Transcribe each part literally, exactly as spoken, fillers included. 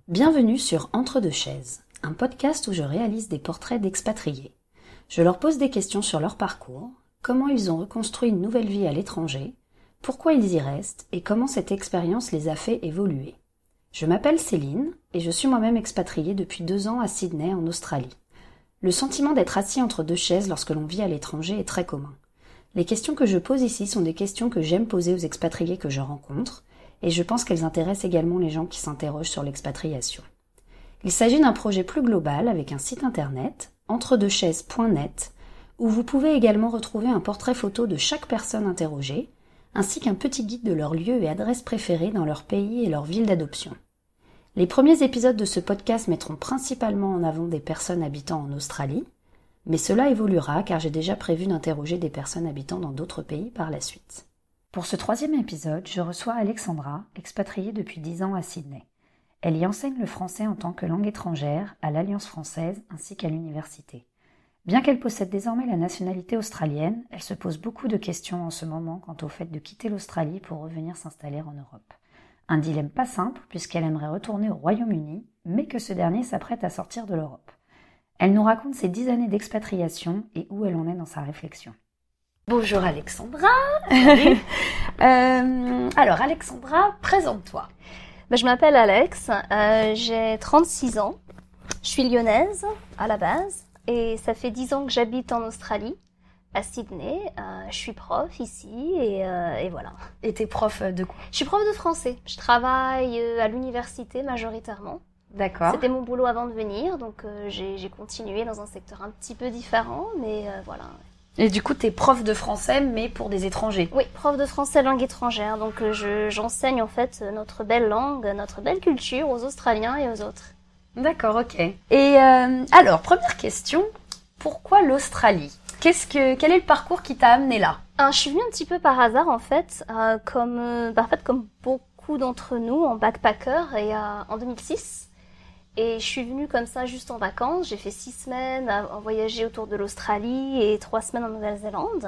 Bienvenue sur Entre deux chaises, un podcast où je réalise des portraits d'expatriés. Je leur pose des questions sur leur parcours, comment ils ont reconstruit une nouvelle vie à l'étranger, pourquoi ils y restent et comment cette expérience les a fait évoluer. Je m'appelle Céline et je suis moi-même expatriée depuis deux ans à Sydney en Australie. Le sentiment d'être assis entre deux chaises lorsque l'on vit à l'étranger est très commun. Les questions que je pose ici sont des questions que j'aime poser aux expatriés que je rencontre, et je pense qu'elles intéressent également les gens qui s'interrogent sur l'expatriation. Il s'agit d'un projet plus global avec un site internet, entre deux chaises point net, où vous pouvez également retrouver un portrait photo de chaque personne interrogée, ainsi qu'un petit guide de leurs lieux et adresses préférées dans leur pays et leur ville d'adoption. Les premiers épisodes de ce podcast mettront principalement en avant des personnes habitant en Australie, mais cela évoluera car j'ai déjà prévu d'interroger des personnes habitant dans d'autres pays par la suite. Pour ce troisième épisode, je reçois Alexandra, expatriée depuis dix ans à Sydney. Elle y enseigne le français en tant que langue étrangère à l'Alliance française ainsi qu'à l'université. Bien qu'elle possède désormais la nationalité australienne, elle se pose beaucoup de questions en ce moment quant au fait de quitter l'Australie pour revenir s'installer en Europe. Un dilemme pas simple puisqu'elle aimerait retourner au Royaume-Uni, mais que ce dernier s'apprête à sortir de l'Europe. Elle nous raconte ses dix années d'expatriation et où elle en est dans sa réflexion. Bonjour Alexandra. euh, Alors Alexandra, présente-toi. Ben, je m'appelle Alex, euh, j'ai trente-six ans, je suis lyonnaise à la base et ça fait dix ans que j'habite en Australie, à Sydney. Euh, je suis prof ici et, euh, et voilà. Et t'es prof de quoi? Je suis prof de français, je travaille à l'université majoritairement. D'accord. C'était mon boulot avant de venir, donc euh, j'ai, j'ai continué dans un secteur un petit peu différent, mais euh, voilà. Et du coup, t'es prof de français, mais pour des étrangers. Oui, prof de français langue étrangère. Donc, euh, je, j'enseigne en fait notre belle langue, notre belle culture aux Australiens et aux autres. D'accord, ok. Et euh, alors, première question, pourquoi l'Australie? Qu'est-ce que, quel est le parcours qui t'a amené là? euh, Je suis venue un petit peu par hasard en fait, euh, comme, euh, bah, en fait, comme beaucoup d'entre nous en backpacker et, euh, en deux mille six. Et je suis venue comme ça juste en vacances. J'ai fait six semaines à, à voyager autour de l'Australie et trois semaines en Nouvelle-Zélande.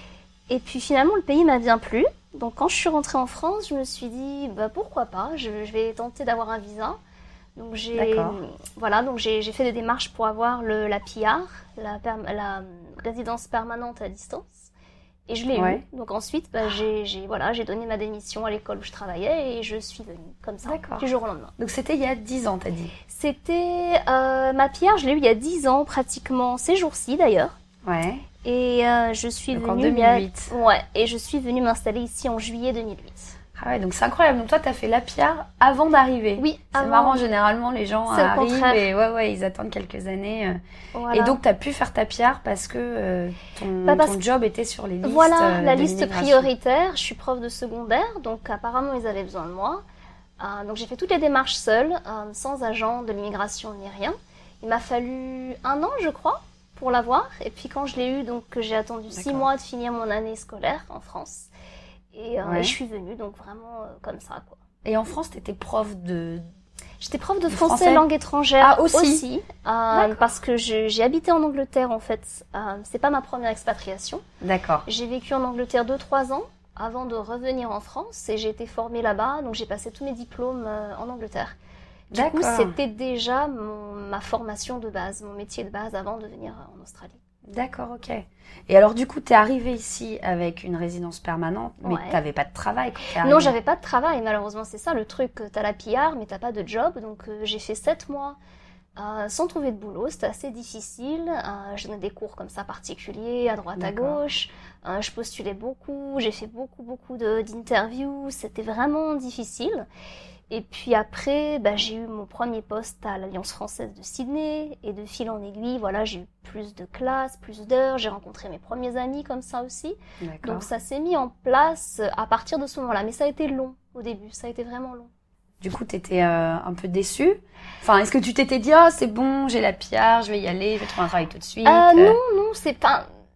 Et puis finalement, le pays m'a bien plu. Donc quand je suis rentrée en France, je me suis dit, bah pourquoi pas, je, je vais tenter d'avoir un visa. Donc j'ai, D'accord. voilà, donc j'ai, j'ai fait des démarches pour avoir le, la P R, la, perm- la résidence permanente à distance. Et je l'ai Ouais. eu. Donc ensuite, bah, j'ai, j'ai, voilà, j'ai donné ma démission à l'école où je travaillais et je suis venue comme ça, D'accord. du jour au lendemain. Donc c'était il y a dix ans, t'as dit? C'était euh, ma P R, je l'ai eu il y a dix ans pratiquement, ces jours-ci d'ailleurs. Ouais. Et euh, je suis Donc venue en deux mille huit. il y a... Ouais, et je suis venue m'installer ici en juillet deux mille huit. Ah ouais, donc c'est incroyable. Donc toi, t'as fait la P R avant d'arriver. Oui, C'est avant. marrant, généralement, les gens C'est au arrivent contraire. et ouais, ouais, ils attendent quelques années. euh. Voilà. Et donc, t'as pu faire ta P R parce que euh, ton, Bah, parce ton que- job était sur les listes Voilà, euh, la de liste l'immigration. prioritaire. Je suis prof de secondaire, donc apparemment ils avaient besoin de moi. Euh, donc j'ai fait toutes les démarches seule, euh, sans agent de l'immigration ni rien. Il m'a fallu un an, je crois, pour l'avoir. Et puis quand je l'ai eu, donc que j'ai attendu six D'accord. mois de finir mon année scolaire en France. Et, euh, Ouais. et je suis venue, donc vraiment euh, comme ça, quoi. Et en France, t'étais prof de... J'étais prof de Du français, français langue étrangère Ah, aussi. euh, D'accord. parce que je- j'ai habité en Angleterre en fait. Euh, c'est pas ma première expatriation. D'accord. J'ai vécu en Angleterre deux trois ans avant de revenir en France et j'ai été formée là-bas, donc j'ai passé tous mes diplômes euh, en Angleterre. Du coup, D'accord. c'était déjà mon, ma formation de base, mon métier de base avant de venir en Australie. D'accord, ok. Et alors, du coup, t'es arrivée ici avec une résidence permanente, mais Ouais. t'avais pas de travail quand t'es arrivée. Non, j'avais pas de travail, malheureusement, c'est ça le truc. T'as la P R, mais t'as pas de job. Donc, euh, j'ai fait sept mois euh, sans trouver de boulot. C'était assez difficile. Euh, je donnais des cours comme ça particuliers, à droite, à D'accord. gauche. Euh, je postulais beaucoup. J'ai fait beaucoup, beaucoup de, d'interviews. C'était vraiment difficile. Et puis après, bah, j'ai eu mon premier poste à l'Alliance française de Sydney. Et de fil en aiguille, voilà, j'ai eu plus de classes, plus d'heures. J'ai rencontré mes premiers amis comme ça aussi. D'accord. Donc ça s'est mis en place à partir de ce moment-là. Mais ça a été long au début, ça a été vraiment long. Du coup, t'étais euh, un peu déçue. Enfin, est-ce que tu t'étais dit, oh, c'est bon, j'ai la P R, je vais y aller, je vais trouver un travail tout de suite. Euh, non, non, c'est pas...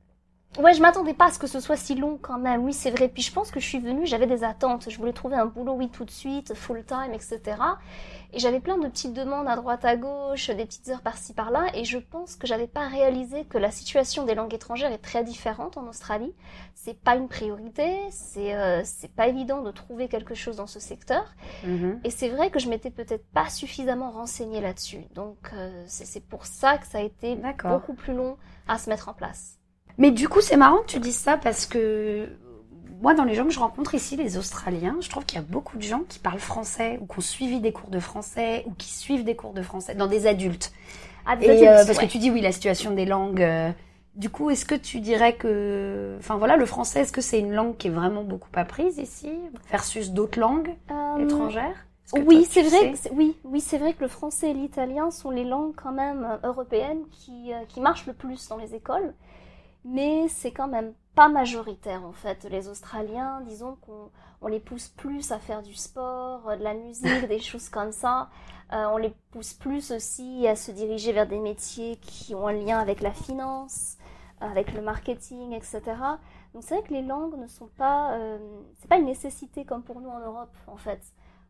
Ouais, je m'attendais pas à ce que ce soit si long quand même. Oui, c'est vrai. Puis je pense que je suis venue, j'avais des attentes. Je voulais trouver un boulot, oui, tout de suite, full time, et cetera. Et j'avais plein de petites demandes à droite, à gauche, des petites heures par-ci, par-là. Et je pense que j'avais pas réalisé que la situation des langues étrangères est très différente en Australie. C'est pas une priorité. C'est euh, c'est pas évident de trouver quelque chose dans ce secteur. Mm-hmm. Et c'est vrai que je m'étais peut-être pas suffisamment renseignée là-dessus. Donc euh, c'est c'est pour ça que ça a été D'accord. beaucoup plus long à se mettre en place. Mais du coup, c'est marrant que tu dises ça parce que moi, dans les gens que je rencontre ici, les Australiens, je trouve qu'il y a beaucoup de gens qui parlent français ou qui ont suivi des cours de français ou qui suivent des cours de français dans des adultes. Ah, des Et adultes, euh, parce ouais. que tu dis oui, la situation des langues. Euh, du coup, est-ce que tu dirais que, enfin voilà, le français, est-ce que c'est une langue qui est vraiment beaucoup apprise ici versus d'autres langues Euh, étrangères? Est-ce que Oui, toi, c'est tu vrai. sais Que c'est- oui, oui, c'est vrai que le français et l'italien sont les langues quand même euh, européennes qui euh, qui marchent le plus dans les écoles. Mais c'est quand même pas majoritaire en fait. Les Australiens, disons qu'on on les pousse plus à faire du sport, euh, de la musique, des choses comme ça. Euh, on les pousse plus aussi à se diriger vers des métiers qui ont un lien avec la finance, avec le marketing, et cetera. Donc c'est vrai que les langues ne sont pas, euh, c'est pas une nécessité comme pour nous en Europe en fait.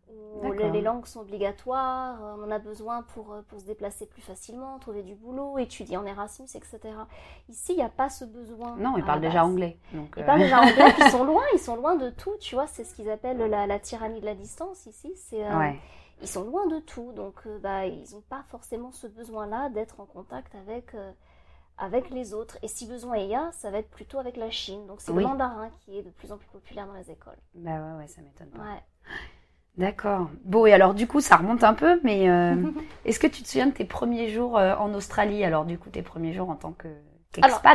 Où les, les langues sont obligatoires, on en a besoin pour, pour se déplacer plus facilement, trouver du boulot, étudier en Erasmus, et cetera. Ici, il n'y a pas ce besoin. Non, ils parlent déjà anglais. Donc ils euh... parlent déjà anglais, puis ils sont loin, ils sont loin de tout, tu vois, c'est ce qu'ils appellent la, la tyrannie de la distance ici. C'est, euh, ouais. Ils sont loin de tout, donc euh, bah, ils n'ont pas forcément ce besoin-là d'être en contact avec, euh, avec les autres. Et si besoin il y a, ça va être plutôt avec la Chine. Donc c'est oui. le mandarin qui est de plus en plus populaire dans les écoles. Bah ouais, ouais, ça m'étonne pas. Ouais. D'accord. Bon, et alors du coup, ça remonte un peu, mais euh, est-ce que tu te souviens de tes premiers jours euh, en Australie? Alors du coup, tes premiers jours en tant que, qu'expat?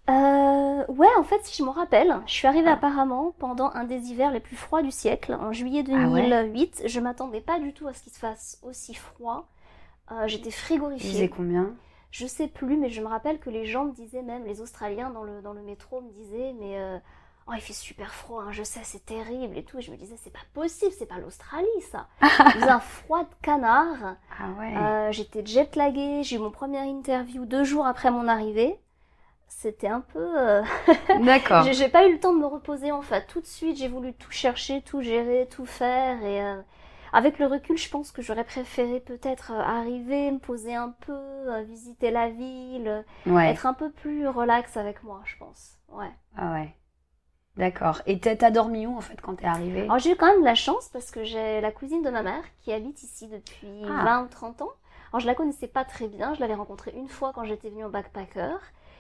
euh, Ouais, en fait, si je me rappelle, je suis arrivée ah. apparemment pendant un des hivers les plus froids du siècle, en juillet deux mille huit. Ah ouais. Je m'attendais pas du tout à ce qu'il se fasse aussi froid. Euh, j'étais frigorifiée. Il faisait combien? Je sais plus, mais je me rappelle que les gens me disaient, même les Australiens dans le, dans le métro me disaient, mais... Euh, oh, il fait super froid, hein, je sais, c'est terrible et tout. Et je me disais, c'est pas possible, c'est pas l'Australie, ça. Il faisait un froid de canard. Ah ouais. Euh, j'étais jet-laguée, j'ai eu mon premier interview deux jours après mon arrivée. C'était un peu... Euh... D'accord. j'ai, j'ai pas eu le temps de me reposer, en fait. Tout de suite, j'ai voulu tout chercher, tout gérer, tout faire. Et euh... avec le recul, je pense que j'aurais préféré peut-être arriver, me poser un peu, euh, visiter la ville, ouais. être un peu plus relax avec moi, je pense. Ouais. Ah ouais. D'accord. Et t'as dormi où en fait quand t'es arrivée? Alors j'ai eu quand même de la chance parce que j'ai la cousine de ma mère qui habite ici depuis ah. vingt ou trente ans. Alors je la connaissais pas très bien, je l'avais rencontrée une fois quand j'étais venue au backpacker.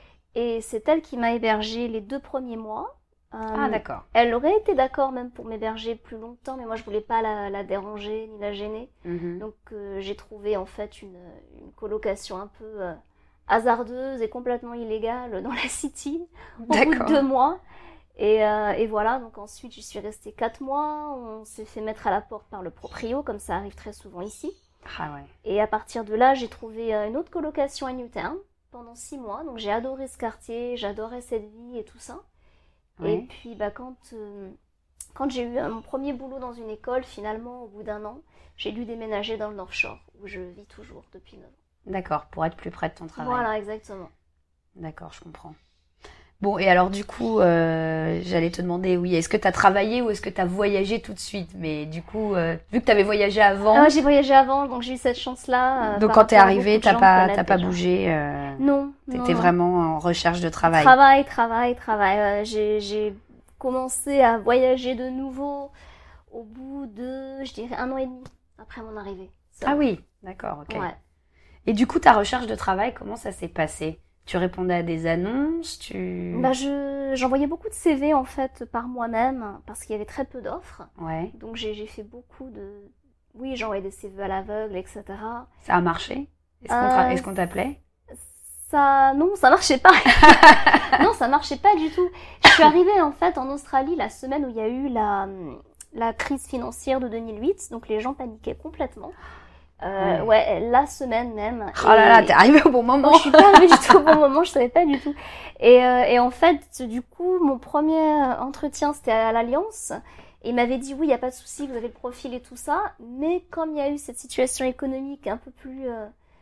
Et c'est elle qui m'a hébergée les deux premiers mois. Euh, ah d'accord. Elle aurait été d'accord même pour m'héberger plus longtemps, mais moi je voulais pas la, la déranger ni la gêner. Mm-hmm. Donc euh, j'ai trouvé en fait une, une colocation un peu euh, hasardeuse et complètement illégale dans la city au bout de deux mois. Et, euh, et voilà, donc ensuite j'y suis restée quatre mois, on s'est fait mettre à la porte par le proprio, comme ça arrive très souvent ici. Ah ouais. Et à partir de là, j'ai trouvé une autre colocation à Newtown pendant six mois, donc j'ai adoré ce quartier, j'adorais cette vie et tout ça. Ouais. Et puis bah, quand, euh, quand j'ai eu mon premier boulot dans une école, finalement, au bout d'un an, j'ai dû déménager dans le North Shore, où je vis toujours depuis neuf ans. D'accord, pour être plus près de ton travail. Voilà, exactement. D'accord, je comprends. Bon, et alors du coup, euh, j'allais te demander, oui, est-ce que tu as travaillé ou est-ce que tu as voyagé tout de suite? Mais du coup, euh, vu que tu avais voyagé avant... Ah, j'ai voyagé avant, donc j'ai eu cette chance-là. Euh, donc quand tu es arrivée, tu n'as pas, t'as pas bougé euh, Non. Tu étais vraiment en recherche de travail. Travail, travail, travail. Euh, j'ai, j'ai commencé à voyager de nouveau au bout de, je dirais, un an et demi après mon arrivée. Ça. Ah oui, d'accord, ok. Ouais. Et du coup, ta recherche de travail, comment ça s'est passé? Tu répondais à des annonces, tu... Bah je, j'envoyais beaucoup de C V en fait par moi-même parce qu'il y avait très peu d'offres. Ouais. Donc j'ai, j'ai fait beaucoup de... Oui, j'envoyais des C V à l'aveugle, et cetera. Ça a marché? Est-ce qu'on, tra... euh, Est-ce qu'on t'appelait? Ça... Non, ça marchait pas. Non, ça marchait pas du tout. Je suis arrivée en fait en Australie la semaine où il y a eu la, la crise financière de deux mille huit. Donc les gens paniquaient complètement. Euh, ouais. ouais, la semaine même. Oh là là, t'es arrivée au bon moment. Non, je suis pas arrivée du tout au bon moment, je savais pas du tout. Et, euh, et en fait, du coup, mon premier entretien, c'était à l'Alliance. Et il m'avait dit, oui, il n'y a pas de souci, vous avez le profil et tout ça. Mais comme il y a eu cette situation économique un peu plus euh,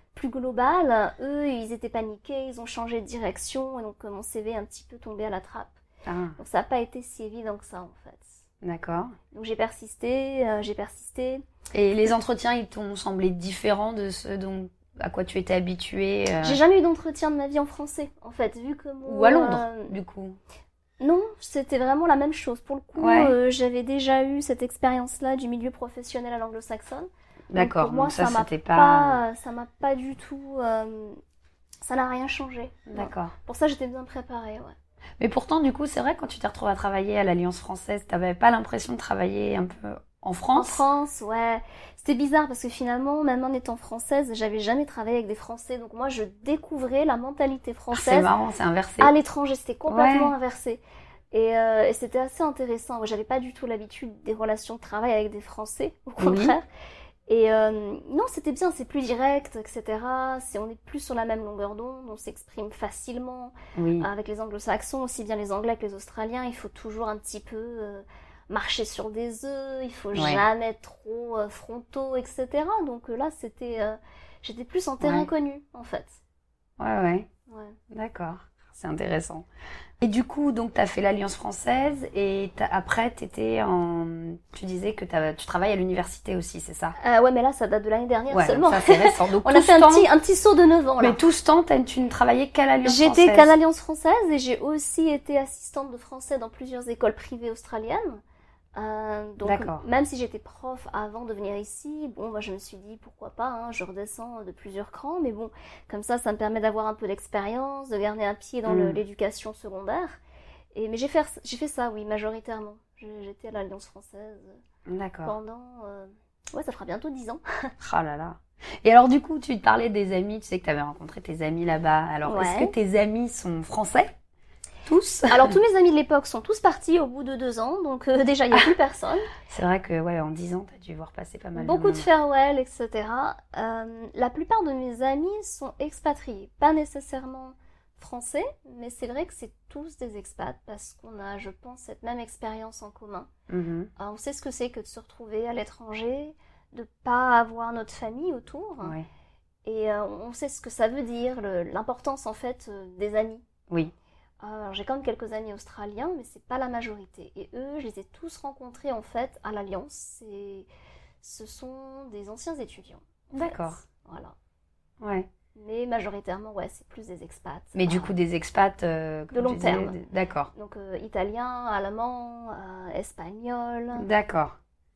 plus global, eux, ils étaient paniqués, ils ont changé de direction, et donc mon C V est un petit peu tombé à la trappe. Ah. Donc ça n'a pas été si évident que ça, en fait. D'accord. Donc j'ai persisté, euh, j'ai persisté. Et les entretiens, ils t'ont semblé différents de ceux dont, à quoi tu étais habituée euh... J'ai jamais eu d'entretien de ma vie en français, en fait, vu que mon... Ou à Londres, euh... du coup. Non, c'était vraiment la même chose. Pour le coup, ouais. euh, j'avais déjà eu cette expérience-là du milieu professionnel à l'anglo-saxonne. D'accord, donc pour moi, donc ça, ça m'a c'était pas... pas... Ça m'a pas du tout... Euh... Ça n'a rien changé. D'accord. Ouais. Pour ça, j'étais bien préparée, ouais. Mais pourtant, du coup, c'est vrai, quand tu t'es retrouvée à travailler à l'Alliance française, t'avais pas l'impression de travailler un peu en France ? En France, ouais. C'était bizarre parce que finalement, même en étant française, j'avais jamais travaillé avec des Français. Donc moi, je découvrais la mentalité française. C'est marrant, c'est inversé. À l'étranger, c'était complètement ouais. inversé. Et, euh, et c'était assez intéressant. J'avais pas du tout l'habitude des relations de travail avec des Français, au contraire. Oui. Et euh, non, c'était bien, c'est plus direct, et cetera. C'est, on est plus sur la même longueur d'onde, on s'exprime facilement. Oui. Avec les anglo-saxons, aussi bien les anglais que les australiens, il faut toujours un petit peu euh, marcher sur des œufs, il faut ouais. jamais être trop euh, frontaux, et cetera. Donc euh, là, c'était, euh, j'étais plus en terrain ouais. connu, en fait. Ouais, ouais. ouais. D'accord, c'est intéressant. Et du coup, donc, tu as fait l'Alliance française et après, t'étais en... tu disais que tu travailles à l'université aussi, c'est ça ? euh, Ouais, mais là, ça date de l'année dernière ouais, seulement. Ça, c'est récent. Donc, on a fait un, temps... petit, un petit saut de neuf ans, là. Mais tout ce temps, tu ne travaillais qu'à l'Alliance française ? J'étais qu'à l'Alliance française et j'ai aussi été assistante de français dans plusieurs écoles privées australiennes. Euh, donc, D'accord. Même si j'étais prof avant de venir ici, bon, bah, je me suis dit pourquoi pas, hein, je redescends de plusieurs crans, mais bon, comme ça, ça me permet d'avoir un peu d'expérience, de garder un pied dans mmh. le, l'éducation secondaire. Et, mais j'ai fait, j'ai fait ça, oui, majoritairement. J'étais à l'Alliance française D'accord. pendant... Euh... Ouais, ça fera bientôt dix ans. Oh là là. Et alors, du coup, tu te parlais des amis, tu sais que tu avais rencontré tes amis là-bas. Alors, ouais. Est-ce que tes amis sont français ? Tous ? Alors, tous mes amis de l'époque sont tous partis au bout de deux ans, donc euh, déjà, il n'y a plus personne. C'est vrai que, ouais, en dix ans, tu as dû voir passer pas mal Beaucoup de monde. de farewell, et cetera. Euh, la plupart de mes amis sont expatriés, pas nécessairement français, mais c'est vrai que c'est tous des expats parce qu'on a, je pense, cette même expérience en commun. Mm-hmm. Alors, on sait ce que c'est que de se retrouver à l'étranger, de pas avoir notre famille autour, ouais. et euh, on sait ce que ça veut dire, le, l'importance en fait euh, des amis. Oui. Alors, j'ai quand même quelques amis australiens, mais c'est pas la majorité. Et eux, je les ai tous rencontrés en fait à l'Alliance. Et ce sont des anciens étudiants. D'accord. Fait. Voilà. Ouais. Mais majoritairement, ouais, c'est plus des expats. Mais du coup, des expats euh, de long terme. Disais, d'accord. Donc euh, italien, allemand, euh, espagnol. D'accord.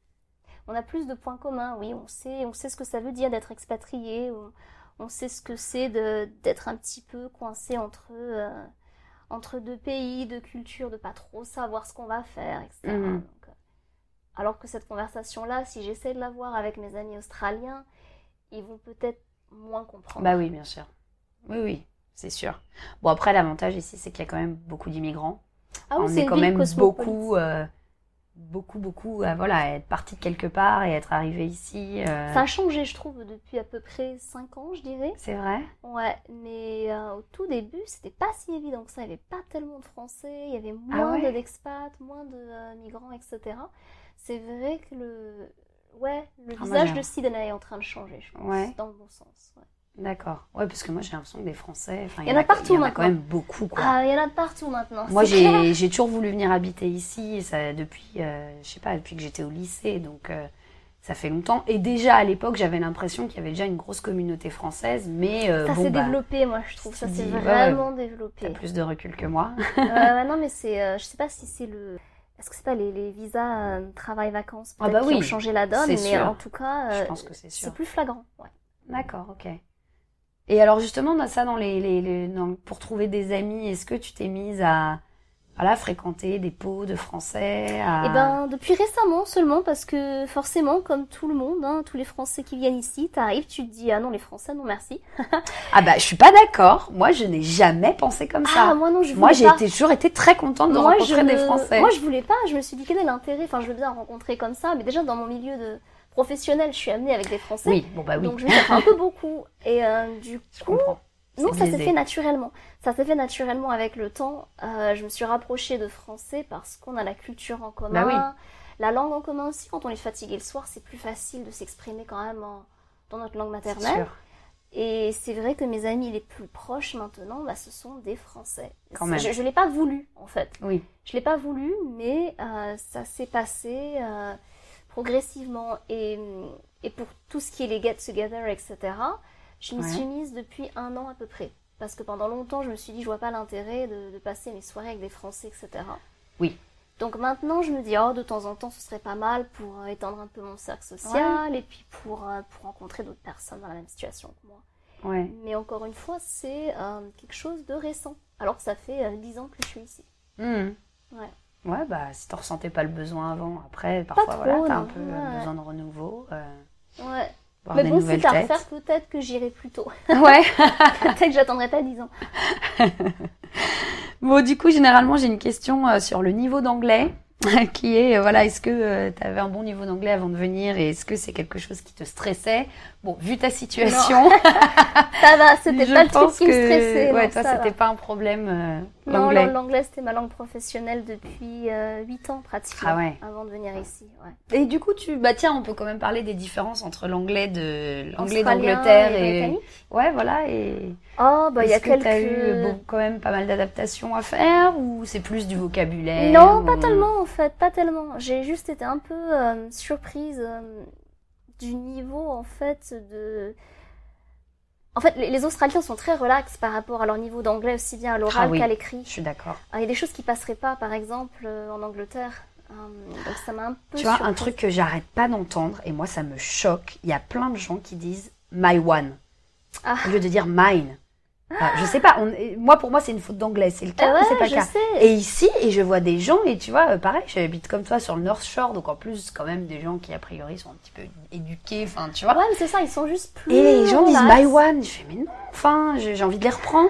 On a plus de points communs, oui. On sait, on sait ce que ça veut dire d'être expatrié. On, on sait ce que c'est de, d'être un petit peu coincé entre euh, entre deux pays, deux cultures, de pas trop savoir ce qu'on va faire, et cetera. Mmh. Donc, euh, alors que cette conversation-là, si j'essaie de l'avoir avec mes amis australiens, ils vont peut-être moins comprendre. Bah oui, bien sûr. Oui, oui, c'est sûr. Bon, après, l'avantage ici, c'est qu'il y a quand même beaucoup d'immigrants. Ah oui, on c'est est quand même beaucoup, euh, beaucoup, beaucoup, euh, voilà, à être parti de quelque part et être arrivé ici. Euh... Ça a changé, je trouve, depuis à peu près cinq ans, je dirais. C'est vrai ? Ouais, mais euh, au tout début, c'était pas si évident que ça. Il n'y avait pas tellement de Français, il y avait moins ah ouais. d'expats, moins de euh, migrants, et cetera. C'est vrai que le, ouais, le ah, visage de Sydney est en train de changer, je pense, ouais. dans le bon sens. Ouais. D'accord. Ouais, parce que moi, j'ai l'impression que des Français... Il y, y en a partout il y en a maintenant. quand même beaucoup, quoi. Ah, il y en a de partout maintenant. Moi, j'ai, j'ai toujours voulu venir habiter ici, ça, depuis, euh, je sais pas, depuis que j'étais au lycée, donc euh, ça fait longtemps. Et déjà, à l'époque, j'avais l'impression qu'il y avait déjà une grosse communauté française, mais euh, ça bon, s'est bah, développé, moi, je trouve. Ça s'est ouais, vraiment ouais, développé. T'as plus de recul que moi. euh, ouais, non, mais c'est... Euh, je sais pas si c'est le... Est-ce que c'est pas les, les visas euh, travail-vacances peut-être ah bah qui oui, ont changé la donne, mais sûr. En tout cas, euh, je pense que c'est, sûr. C'est plus flagrant. Ouais. D'accord, ok. Et alors justement, dans ça, dans les, les, les dans, pour trouver des amis, est-ce que tu t'es mise à voilà, fréquenter des pots de français à... Eh ben, depuis récemment seulement, parce que forcément, comme tout le monde, hein, tous les Français qui viennent ici, t'arrives, tu te dis ah non les Français non merci. Ah bah je suis pas d'accord. Moi je n'ai jamais pensé comme ça. Ah moi non je voulais Moi j'ai pas. été, toujours été très contente de moi, rencontrer je... des Français. Moi je voulais pas. Je me suis dit quel est l'intérêt. Enfin je veux bien rencontrer comme ça, mais déjà dans mon milieu de professionnel, je suis amenée avec des Français. Oui, bon bah oui. Donc je me dis ça fait un peu beaucoup. Et euh, du coup. Je comprends. Non, ça s'est fait naturellement. Ça s'est fait naturellement avec le temps. Euh, je me suis rapprochée de français parce qu'on a la culture en commun. Bah oui. La langue en commun aussi. Quand on est fatigué le soir, c'est plus facile de s'exprimer quand même en, dans notre langue maternelle. Et c'est vrai que mes amis les plus proches maintenant, bah, ce sont des Français. Quand même. Je ne l'ai pas voulu, en fait. Oui. Je l'ai pas voulu, mais euh, ça s'est passé euh, progressivement. Et, et pour tout ce qui est les get-together, et cetera, je m'y Ouais. suis mise depuis un an à peu près. Parce que pendant longtemps, je me suis dit, je vois pas l'intérêt de, de passer mes soirées avec des Français, et cetera. Oui. Donc maintenant, je me dis, oh, de temps en temps, ce serait pas mal pour euh, étendre un peu mon cercle social Ouais. et puis pour, euh, pour rencontrer d'autres personnes dans la même situation que moi. Ouais. Mais encore une fois, c'est euh, quelque chose de récent. Alors que ça fait euh, dix ans que je suis ici. Mmh. Ouais. Ouais, bah, si t'en ressentais pas le besoin avant, après, parfois, trop, voilà, t'as un non. peu euh, Ouais. besoin de renouveau, euh, Ouais. voir Mais des bon, si nouvelles t'as à têtes. refaire, peut-être que j'irai plus tôt. Ouais. Peut-être que j'attendrai pas dix ans. Bon, du coup, généralement, j'ai une question euh, sur le niveau d'anglais, qui est, euh, voilà, est-ce que euh, tu avais un bon niveau d'anglais avant de venir et est-ce que c'est quelque chose qui te stressait? Bon, vu ta situation, Ça va, c'était je pas le truc pense qui me que stressait. ouais, non, toi, ça c'était va. pas un problème euh, Non, l'anglais. l'anglais, c'était ma langue professionnelle depuis euh, huit ans pratiquement. Ah ouais. Avant de venir ici. Ouais. Et du coup, tu, bah tiens, on peut quand même parler des différences entre l'anglais de l'anglais Australien d'Angleterre et et, britannique. ouais, voilà. Et Oh, bah, il y a est-ce que quelques... t'as eu bon, quand même pas mal d'adaptations à faire ou c'est plus du vocabulaire? Non, ou- pas tellement en fait, pas tellement. J'ai juste été un peu euh, surprise euh, du niveau en fait de... En fait, les, les Australiens sont très relax par rapport à leur niveau d'anglais, aussi bien à l'oral Ah oui. qu'à Je l'écrit. suis d'accord. Ah, il y a des choses qui passeraient pas, par exemple, euh, en Angleterre. Euh, donc ça m'a un peu Tu vois, un surprise. truc que j'arrête pas d'entendre, et moi ça me choque, il y a plein de gens qui disent my one, Ah. au lieu de dire mine. Enfin, je sais pas, on- moi pour moi c'est une faute d'anglais, c'est le cas Ah ou ouais, c'est pas le je cas? sais. Et ici, et je vois des gens, et tu vois, euh, pareil, j'habite comme toi sur le North Shore, donc en plus quand même des gens qui a priori sont un petit peu éduqués, enfin tu vois. Ouais, mais c'est ça, ils sont juste plus Et les gens disent relax. my one, je fais mais non, enfin j'ai j'ai envie de les reprendre.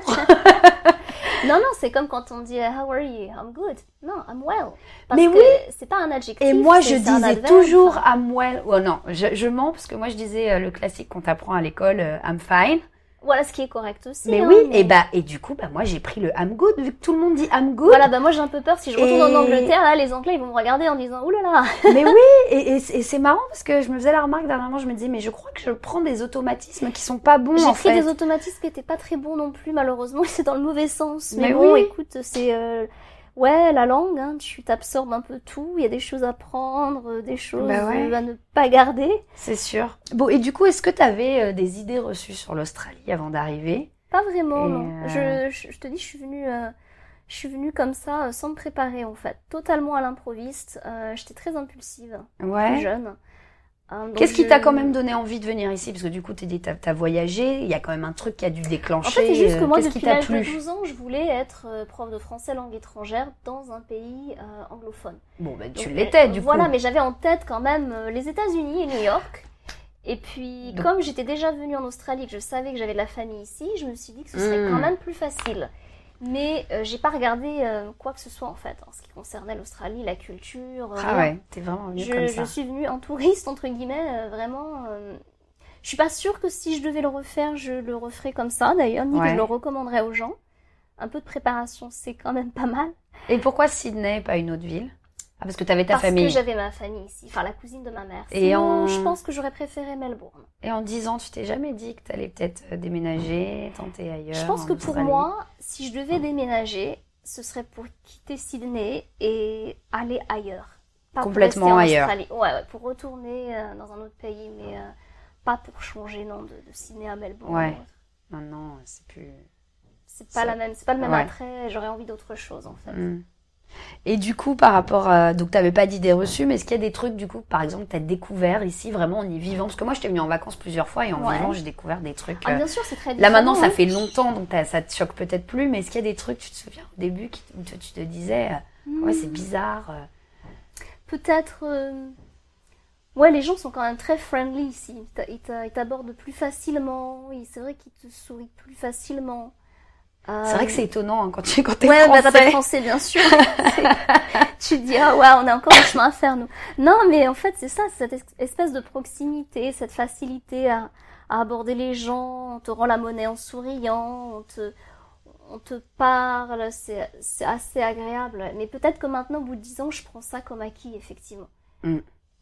Non, non, c'est comme quand on dit euh, How are you? I'm good. Non, I'm well. Parce Mais que oui. c'est pas un adjectif. Et moi, c'est- je c'est un disais adverbe, toujours enfin. I'm well. Oh non, je, je mens parce que moi, je disais euh, le classique qu'on t'apprend à l'école, euh, I'm fine. Voilà, ce qui est correct aussi. Mais hein, oui, mais- et bah, et du coup, bah, moi, j'ai pris le I'm good, vu que tout le monde dit I'm good. Voilà, bah moi j'ai un peu peur si je retourne Et- en Angleterre, là les Anglais ils vont me regarder en disant oulala. Mais oui, et, et, et c'est marrant parce que je me faisais la remarque dernièrement, je me disais, mais je crois que je prends des automatismes qui sont pas bons, J'ai en pris fait. des automatismes qui étaient pas très bons non plus, malheureusement, c'est dans le mauvais sens. Mais, Mais bon, oui. écoute, c'est euh, ouais la langue, hein, tu t'absorbes un peu tout, il y a des choses à prendre, euh, des choses Bah ouais. euh, à ne pas garder. C'est sûr. Bon, et du coup, est-ce que tu avais des idées reçues sur l'Australie avant d'arriver? Pas vraiment, Et, non. euh, Je, je, je te dis, je suis venue, euh, je suis venue comme ça, euh, sans me préparer en fait, totalement à l'improviste. Euh, J'étais très impulsive, plus Ouais. jeune. Euh, donc Qu'est-ce qui je- t'a quand même donné envie de venir ici? Parce que du coup, t'es dit, t'as as voyagé, il y a quand même un truc qui a dû déclencher. En fait, c'est juste que euh, moi, Qu'est-ce qui depuis t'a l'âge de plu? douze ans, je voulais être euh, prof de français langue étrangère dans un pays euh, anglophone. Bon, ben, tu Donc, l'étais, euh, du coup. Voilà, mais j'avais en tête quand même euh, les États-Unis et New York. Et puis, Donc- comme j'étais déjà venue en Australie, que je savais que j'avais de la famille ici, je me suis dit que ce serait Mm. quand même plus facile. Mais euh, j'ai pas regardé euh, quoi que ce soit en fait, en ce qui concernait l'Australie, la culture. euh, Ah rien. ouais, t'es vraiment venu comme Je, ça. je suis venue en touriste, entre guillemets, euh, vraiment. euh, Je suis pas sûre que si je devais le refaire, je le referais comme ça d'ailleurs, ni que Ouais. je le recommanderais aux gens. Un peu de préparation, c'est quand même pas mal. Et pourquoi Sydney, pas une autre ville? Ah, parce que t'avais ta Parce famille. que j'avais ma famille ici, enfin la cousine de ma mère. Et Sinon, en- je pense que j'aurais préféré Melbourne. Et en dix ans, tu t'es jamais dit que t'allais peut-être euh, déménager, tenter ailleurs? Je pense en que pour Australie? moi, si je devais déménager, ce serait pour quitter Sydney et aller ailleurs. Pas pour Complètement rester en ailleurs. Australie. Ouais, ouais, pour retourner euh, dans un autre pays, mais euh, pas pour changer non de, de Sydney à Melbourne. Ouais. ou autre. Maintenant, c'est plus. C'est pas Ça- la même, c'est pas le même Ouais. attrait. J'aurais envie d'autre chose en fait. Hmm. Et du coup, par rapport à... Donc, t'avais pas d'idées reçues, mais est-ce qu'il y a des trucs, du coup, par exemple, que t'as découvert ici, vraiment, en y vivant? Parce que moi, j'étais venue en vacances plusieurs fois, et en Ouais. vivant, j'ai découvert des trucs... Ah, euh, bien sûr, c'est très Là, différent. maintenant, ça hein. fait longtemps, donc t'as- ça te choque peut-être plus, mais est-ce qu'il y a des trucs, tu te souviens, au début, qui- où tu tu te disais, euh, ouais, c'est bizarre. euh, Peut-être. euh, Ouais, les gens sont quand même très friendly ici. Ils t'a- Ils t'a- ils t'abordent plus facilement. et C'est vrai qu'ils te sourient plus facilement. Euh, C'est vrai que c'est étonnant hein, quand tu quand t'es Ouais, bah, t'as français. pas français, bien sûr. C'est- tu te dis, ah ouais, on a encore du chemin à faire, nous. Non, mais en fait, c'est ça, c'est cette es- espèce de proximité, cette facilité à, à aborder les gens. On te rend la monnaie en souriant, on te, on te parle, c'est c'est assez agréable. Mais peut-être que maintenant, au bout de dix ans, je prends ça comme acquis, effectivement. Mm.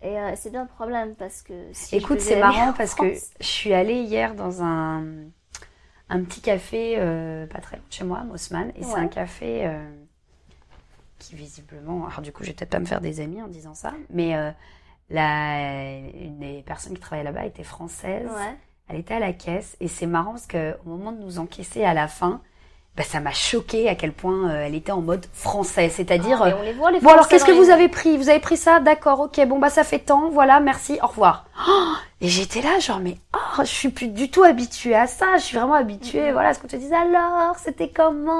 Et euh, c'est bien le problème parce que si Écoute, je c'est devais aller marrant en parce France... que je suis allée hier dans un, un petit café euh, pas très loin de chez moi, Mossman. Et ouais. C'est un café euh, qui visiblement... Alors du coup, je vais peut-être pas me faire des amis en disant ça. Mais euh, la, une des personnes qui travaillait là-bas était française. Ouais. Elle était à la caisse. Et c'est marrant parce qu'au moment de nous encaisser à la fin... Bah, ça m'a choqué à quel point euh, elle était en mode français, c'est-à-dire... Ah, mais on les voit, les bon alors qu'est-ce que les... vous avez pris ? Vous avez pris ça ? D'accord, ok, bon bah ça fait tant, voilà, merci, au revoir. Oh, et j'étais là genre mais oh, je suis plus du tout habituée à ça, je suis vraiment habituée, mm-hmm. voilà, à ce qu'on te dise alors, c'était comment ?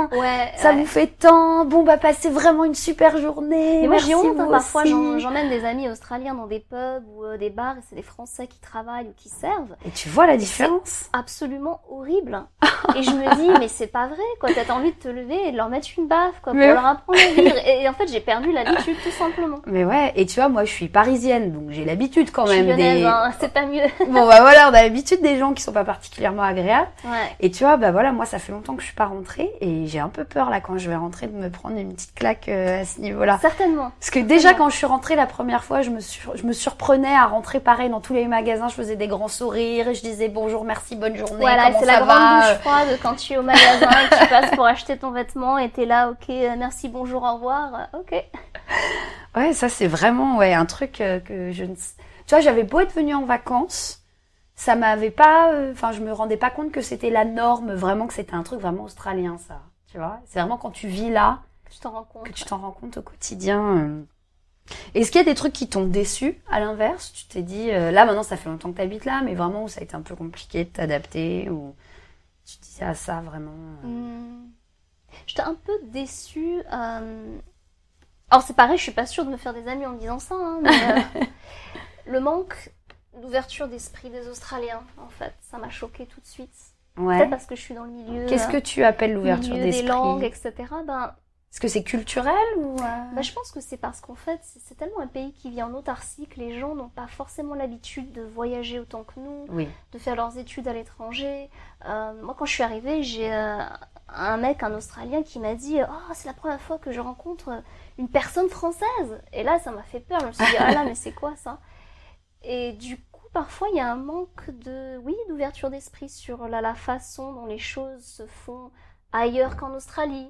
Ouais. Ça ouais. vous fait tant, bon bah passez vraiment une super journée. Mais moi j'ai honte, hein, parfois j'en, j'emmène des amis australiens dans des pubs ou euh, des bars et c'est des Français qui travaillent ou qui servent. Et tu vois la différence ? C'est absolument horrible. Et je me dis mais c'est pas vrai quoi, t'as envie de te lever et de leur mettre une baffe quoi, pour mais... leur apprendre à vivre. Et, et en fait j'ai perdu l'habitude tout simplement. Mais ouais, et tu vois moi je suis parisienne donc j'ai l'habitude quand même. Je suis lyonnaise, des... hein, c'est pas mieux. Bon bah voilà, on a l'habitude des gens qui sont pas particulièrement agréables. Ouais. Et tu vois, bah voilà, moi ça fait longtemps que je suis pas rentrée et j'ai un peu peur là quand je vais rentrer de me prendre une petite claque euh, à ce niveau-là. Certainement. Parce que déjà quand je suis rentrée la première fois, je me sur... je me surprenais à rentrer pareil dans tous les magasins, je faisais des grands sourires et je disais bonjour, merci, bonne journée. Voilà, comment c'est ça la va grande douche froide quand tu es au magasin et que tu passes pour acheter ton vêtement et t'es là, ok, merci, bonjour, au revoir, ok. Ouais, ça c'est vraiment ouais un truc euh, que je ne. Tu vois, j'avais beau être venue en vacances, ça m'avait pas, enfin, euh, je me rendais pas compte que c'était la norme, vraiment que c'était un truc vraiment australien, ça. Tu vois, c'est vraiment quand tu vis là que tu t'en rends compte, que tu t'en rends compte au quotidien. Euh. Est-ce qu'il y a des trucs qui t'ont déçu à l'inverse ? Tu t'es dit, euh, là maintenant ça fait longtemps que t'habites là, mais vraiment où ça a été un peu compliqué de t'adapter, ou tu te disais ah ça vraiment. Euh... Mmh. J'étais un peu déçue. Euh... Alors c'est pareil, je suis pas sûre de me faire des amis en me disant ça, hein, mais euh, le manque d'ouverture d'esprit des Australiens, en fait, ça m'a choquée tout de suite. Ouais. Peut-être parce que je suis dans le milieu. Qu'est-ce que tu appelles l'ouverture milieu d'esprit ? Des langues, et cetera. Ben, est-ce que c'est culturel ou euh... ben, je pense que c'est parce qu'en fait, c'est, c'est tellement un pays qui vit en autarcie que les gens n'ont pas forcément l'habitude de voyager autant que nous, oui. de faire leurs études à l'étranger. Euh, moi, quand je suis arrivée, j'ai euh, un mec, un Australien, qui m'a dit « Oh, c'est la première fois que je rencontre une personne française !» Et là, ça m'a fait peur. Je me suis dit « Ah là, mais c'est quoi ça ?» Et du coup, parfois, il y a un manque de, oui, d'ouverture d'esprit sur la, la façon dont les choses se font ailleurs qu'en Australie.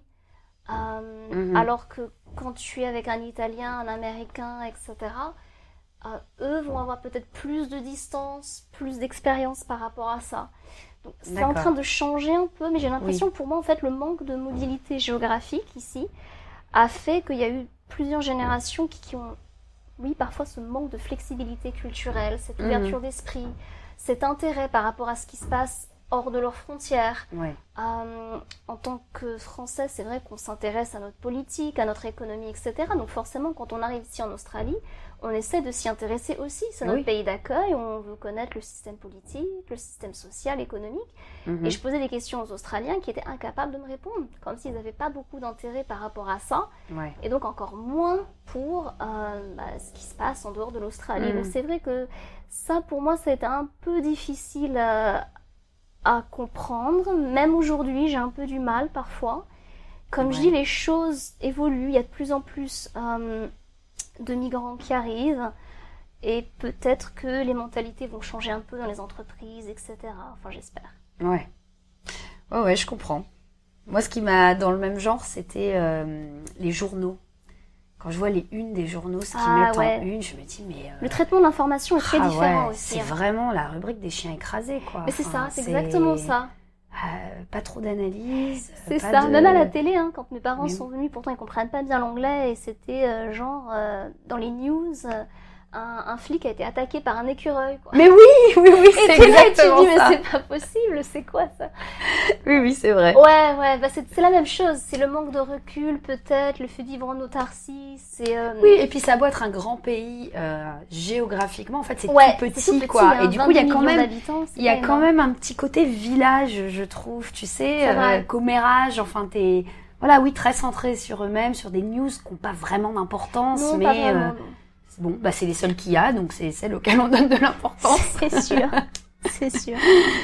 Euh, mm-hmm. Alors que quand tu es avec un Italien, un Américain, et cetera, euh, eux vont avoir peut-être plus de distance, plus d'expérience par rapport à ça. Donc, c'est D'accord. en train de changer un peu, mais j'ai l'impression oui. que pour moi, en fait, le manque de mobilité géographique ici a fait qu'il y a eu plusieurs générations qui, qui ont, oui, parfois ce manque de flexibilité culturelle, cette ouverture mmh. d'esprit, cet intérêt par rapport à ce qui se passe hors de leurs frontières. Ouais. Euh, en tant que Français, c'est vrai qu'on s'intéresse à notre politique, à notre économie, et cetera. Donc forcément, quand on arrive ici en Australie, on essaie de s'y intéresser aussi. C'est notre oui. pays d'accueil, on veut connaître le système politique, le système social, économique. Mm-hmm. Et je posais des questions aux Australiens qui étaient incapables de me répondre, comme s'ils n'avaient pas beaucoup d'intérêt par rapport à ça. Ouais. Et donc encore moins pour euh, bah, ce qui se passe en dehors de l'Australie. Mm. Donc c'est vrai que ça, pour moi, ça a été un peu difficile à... à comprendre. Même aujourd'hui, j'ai un peu du mal parfois. Comme ouais. je dis, les choses évoluent. Il y a de plus en plus euh, de migrants qui arrivent. Et peut-être que les mentalités vont changer un peu dans les entreprises, et cetera. Enfin, j'espère. Ouais. Ouais, ouais, je comprends. Moi, ce qui m'a, dans le même genre, c'était euh, les journaux. Quand je vois les unes des journaux, ce qu'ils ah, mettent ouais. en une, je me dis, mais... Euh... Le traitement de l'information est très ah, différent ouais, aussi. C'est hein. vraiment la rubrique des chiens écrasés, quoi. Mais c'est enfin, ça, c'est, c'est exactement ça. Euh, pas trop d'analyse. C'est pas ça, de... même à la télé, hein, quand mes parents mais... sont venus, pourtant ils comprennent pas bien l'anglais, et c'était euh, genre, euh, dans les news... Euh, Un, un flic a été attaqué par un écureuil, quoi. Mais oui, oui, oui, c'est et exactement là, tu te dis, ça. mais c'est pas possible, c'est quoi ça? Oui, oui, c'est vrai. Ouais, ouais, bah c'est, c'est la même chose. C'est le manque de recul, peut-être, le fait de vivre en autarcie, c'est... Euh... Oui, et puis ça doit être un grand pays, euh, géographiquement, en fait, c'est ouais, tout petit, c'est tout petit, quoi. Hein, et du coup, il y a quand même, il y a quand même un petit côté village, je trouve, tu sais, euh, commérage, enfin, t'es... Voilà, oui, très centré sur eux-mêmes, sur des news qui n'ont pas vraiment d'importance, non, mais... Pas vraiment, euh, bon, bah c'est les seuls qu'il y a, donc c'est celles auxquelles on donne de l'importance. C'est sûr, c'est sûr.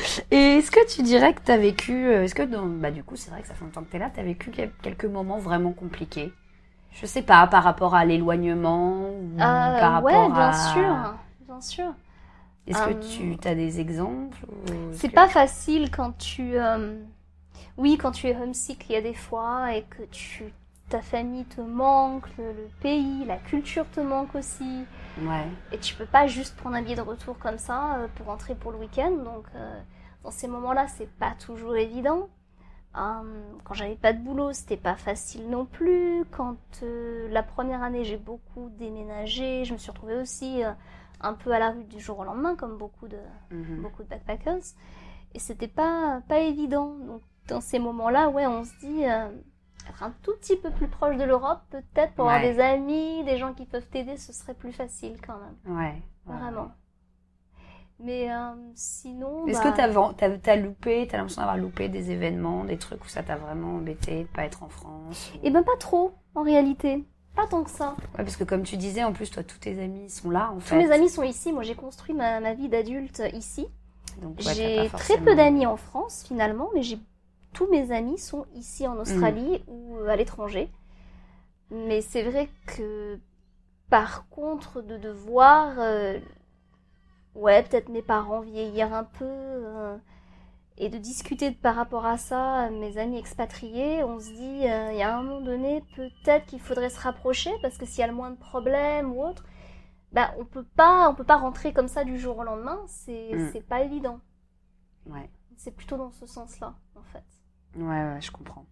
Et est-ce que tu dirais que t'as vécu, est-ce que dans, bah du coup c'est vrai que ça fait longtemps que t'es là, t'as vécu quelques moments vraiment compliqués? Je sais pas, par rapport à l'éloignement ou Euh, par rapport ouais, bien à... sûr, bien sûr. Est-ce Euh, que tu as des exemples ou est-ce C'est que- pas facile quand tu... euh, Oui, quand tu es homesick, il y a des fois, et que tu... ta famille te manque, le, le pays, la culture te manque aussi. Ouais. Et tu peux pas juste prendre un billet de retour comme ça euh, pour rentrer pour le week-end. Donc, euh, dans ces moments-là, c'est pas toujours évident. Euh, quand j'avais pas de boulot, c'était pas facile non plus. Quand euh, la première année, j'ai beaucoup déménagé, je me suis retrouvée aussi euh, un peu à la rue du jour au lendemain, comme beaucoup de, Mhm. beaucoup de backpackers. Et c'était pas, pas évident. Donc, dans ces moments-là, ouais, on se dit euh, être un tout petit peu plus proche de l'Europe, peut-être pour avoir Ouais. des amis, des gens qui peuvent t'aider, ce serait plus facile quand même. Ouais. ouais. Vraiment. Mais euh, sinon. Est-ce bah, que t'as, ven- t'as, t'as loupé, t'as l'impression d'avoir loupé des événements, des trucs où ça t'a vraiment embêté de pas être en France ou- Eh ben, pas trop, en réalité. Pas tant que ça. Ouais, parce que comme tu disais, en plus, toi, tous tes amis sont là, en Tous fait. mes amis sont ici. Moi, j'ai construit ma, ma vie d'adulte ici. Donc, ouais, t'as J'ai pas très forcément- peu d'amis en France, finalement, mais j'ai tous mes amis sont ici en Australie ou à l'étranger. Mais c'est vrai que, par contre, de devoir, euh, ouais, peut-être mes parents vieillir un peu, euh, et de discuter de- par rapport à ça, mes amis expatriés, on se dit, euh, il y a un moment donné, peut-être qu'il faudrait se rapprocher, parce que s'il y a le moins de problèmes ou autre, bah, on peut pas, on peut pas rentrer comme ça du jour au lendemain, c'est, Mm. c'est pas évident. Ouais. C'est plutôt dans ce sens-là, en fait. Ouais, ouais, je comprends.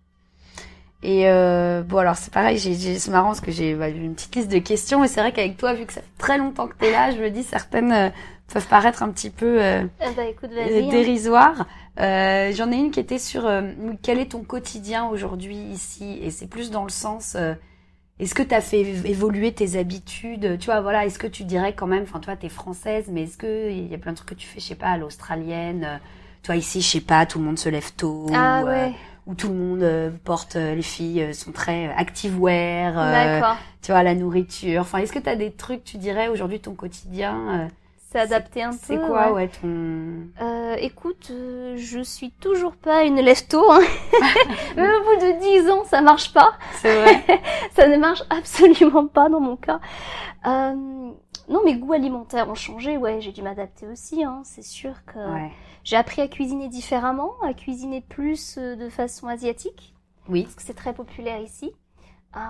Et euh, bon, alors c'est pareil, j'ai, j'ai, c'est marrant parce que j'ai bah, une petite liste de questions et c'est vrai qu'avec toi, vu que ça fait très longtemps que t'es là, je me dis certaines euh, peuvent paraître un petit peu euh, Eh bah, écoute, euh, vas-y. hein. dérisoires. Euh, j'en ai une qui était sur euh, quel est ton quotidien aujourd'hui ici, et c'est plus dans le sens euh, est-ce que t'as fait év- évoluer tes habitudes, tu vois, voilà, est-ce que tu dirais quand même, enfin toi t'es française, mais est-ce que il y a plein de trucs que tu fais, je sais pas, à l'australienne, euh, toi ici, je sais pas, tout le monde se lève tôt, Ah ou, euh, ouais, où tout le monde euh, porte, euh, les filles euh, sont très euh, active wear, euh, d'accord. tu vois, la nourriture. Enfin, est-ce que tu as des trucs, tu dirais, aujourd'hui, ton quotidien euh, C'est adapté un peu. C'est quoi, ouais. ouais, ton... Euh, écoute, euh, je suis toujours pas une lève-tôt. Hein. Même au bout de dix ans, ça marche pas. C'est vrai. Ça ne marche absolument pas dans mon cas. Euh, non, mes goûts alimentaires ont changé. Ouais, j'ai dû m'adapter aussi. Hein. C'est sûr que Ouais. j'ai appris à cuisiner différemment, à cuisiner plus euh, de façon asiatique, Oui. parce que c'est très populaire ici. Euh,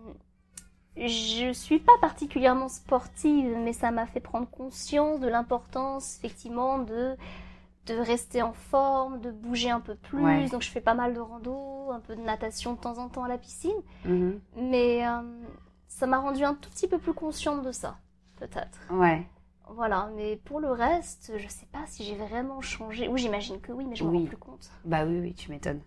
je suis pas particulièrement sportive, mais ça m'a fait prendre conscience de l'importance, effectivement, de de rester en forme, de bouger un peu plus. Ouais. Donc je fais pas mal de rando, un peu de natation de temps en temps à la piscine. Mhm. Mais euh, ça m'a rendu un tout petit peu plus consciente de ça, peut-être. Ouais. Voilà, mais pour le reste, je sais pas si j'ai vraiment changé. Oui, j'imagine que oui, mais je me Oui. rends plus compte. Bah oui, oui, tu m'étonnes.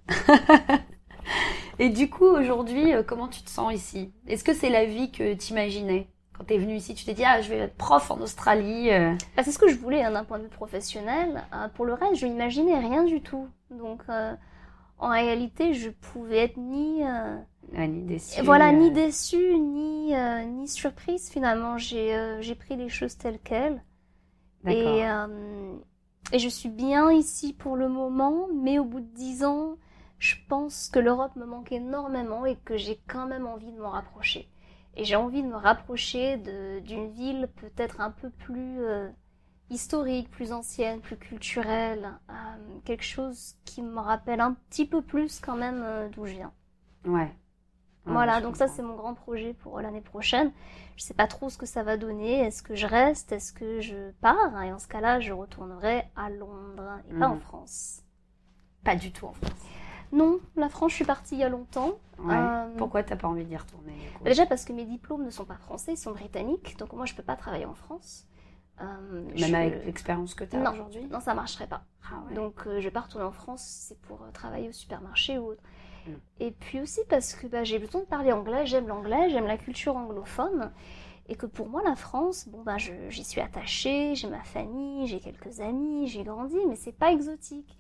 Et du coup, aujourd'hui, euh, comment tu te sens ici? Est-ce que c'est la vie que t'imaginais? Quand t'es venue ici, tu t'es dit, ah, je vais être prof en Australie. euh. Bah, c'est ce que je voulais hein, d'un point de vue professionnel. Euh, pour le reste, je n'imaginais rien du tout. Donc, euh, en réalité, je pouvais être ni, euh, Ouais, ni déçue. voilà, euh. ni déçue, ni, euh, ni surprise. Finalement, j'ai, euh, j'ai pris les choses telles quelles. D'accord. Et, euh, et je suis bien ici pour le moment, mais au bout de dix ans, je pense que l'Europe me manque énormément et que j'ai quand même envie de m'en rapprocher. Et j'ai envie de me rapprocher de, d'une ville peut-être un peu plus euh, historique, plus ancienne, plus culturelle, euh, quelque chose qui me rappelle un petit peu plus quand même euh, d'où je viens. Ouais. Ouais, Voilà, je donc ça comprends. c'est mon grand projet pour l'année prochaine. Je sais pas trop ce que ça va donner. Est-ce que je reste? Est-ce que je pars? Et en ce cas-là, je retournerai à Londres et pas Mhm. en France. Pas du tout en France. Non, la France, je suis partie il y a longtemps. Ouais. Euh, Pourquoi t'as pas envie d'y retourner du coup? Déjà parce que mes diplômes ne sont pas français, ils sont britanniques. Donc moi, je peux pas travailler en France. Euh, Même je- avec l'expérience que t'as Non. aujourd'hui? Non, ça marcherait pas. Ah ouais. Donc euh, je vais pas retourner en France, c'est pour euh, travailler au supermarché ou autre. Mm. Et puis aussi parce que bah, j'ai besoin de parler anglais, j'aime l'anglais, j'aime la culture anglophone. Et que pour moi, la France, bon bah je- j'y suis attachée, j'ai ma famille, j'ai quelques amis, j'ai grandi, mais c'est pas exotique.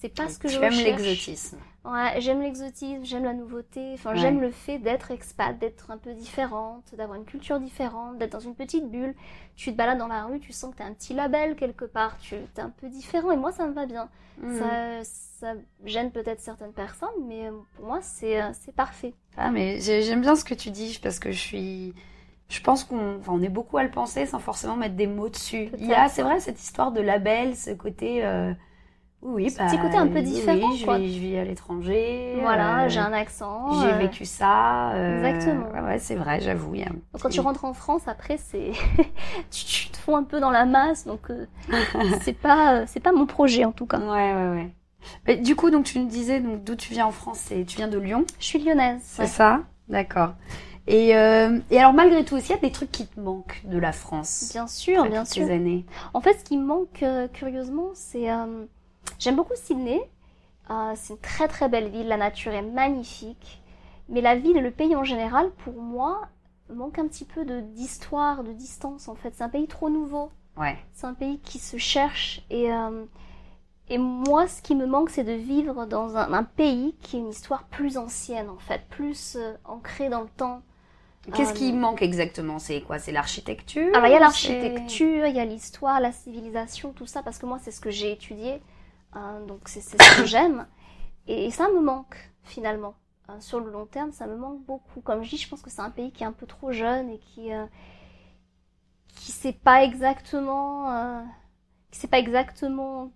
C'est pas ce que tu je aimes recherche. l'exotisme. Ouais, j'aime l'exotisme, j'aime la nouveauté. Enfin, Ouais. j'aime le fait d'être expat, d'être un peu différente, d'avoir une culture différente, d'être dans une petite bulle. Tu te balades dans la rue, tu sens que t'as un petit label quelque part. Tu es un peu différent et moi, ça me va bien. Mmh. Ça, ça gêne peut-être certaines personnes, mais pour moi, c'est, c'est parfait. Ah, mais j'ai- j'aime bien ce que tu dis parce que je suis... Je pense qu'on enfin, on est beaucoup à le penser sans forcément mettre des mots dessus. Peut-être. Il y a, c'est vrai, cette histoire de label, ce côté... Euh... Oui, Ce bah, petit côté un peu oui, différent, oui, je quoi. vis, je vis à l'étranger. Voilà, euh, j'ai un accent. J'ai euh, vécu ça. euh, Exactement. Ouais, ouais, c'est vrai, j'avoue. il y a un Donc, petit- quand tu rentres en France, après, c'est tu, tu te fonds un peu dans la masse, donc euh, c'est pas euh, c'est pas mon projet en tout cas. Ouais, ouais, ouais. Mais du coup, donc tu nous disais donc d'où tu viens en France, c'est tu viens de Lyon, Je suis lyonnaise. c'est ouais. ça? D'accord. Et, euh, et alors malgré tout, aussi, il y a des trucs qui te manquent de la France. Bien sûr, après bien toutes sûr. ces années. En fait, ce qui me manque euh, curieusement, c'est euh, j'aime beaucoup Sydney. Euh, c'est une très très belle ville, la nature est magnifique, mais la ville et le pays en général, pour moi, manque un petit peu de d'histoire, de distance. En fait, c'est un pays trop nouveau. Ouais. C'est un pays qui se cherche et euh, et moi, ce qui me manque, c'est de vivre dans un, un pays qui a une histoire plus ancienne, en fait, plus euh, ancrée dans le temps. Qu'est-ce Euh, qui manque exactement? C'est quoi? C'est l'architecture? Alors, il y a C'est- l'architecture, il y a l'histoire, la civilisation, tout ça, parce que moi, c'est ce que j'ai étudié, hein, donc c'est c'est ce que j'aime. Et, et ça me manque, finalement. Euh, sur le long terme, ça me manque beaucoup. Comme je dis, je pense que c'est un pays qui est un peu trop jeune et qui euh, qui sait pas exactement... Euh, qui sait pas exactement...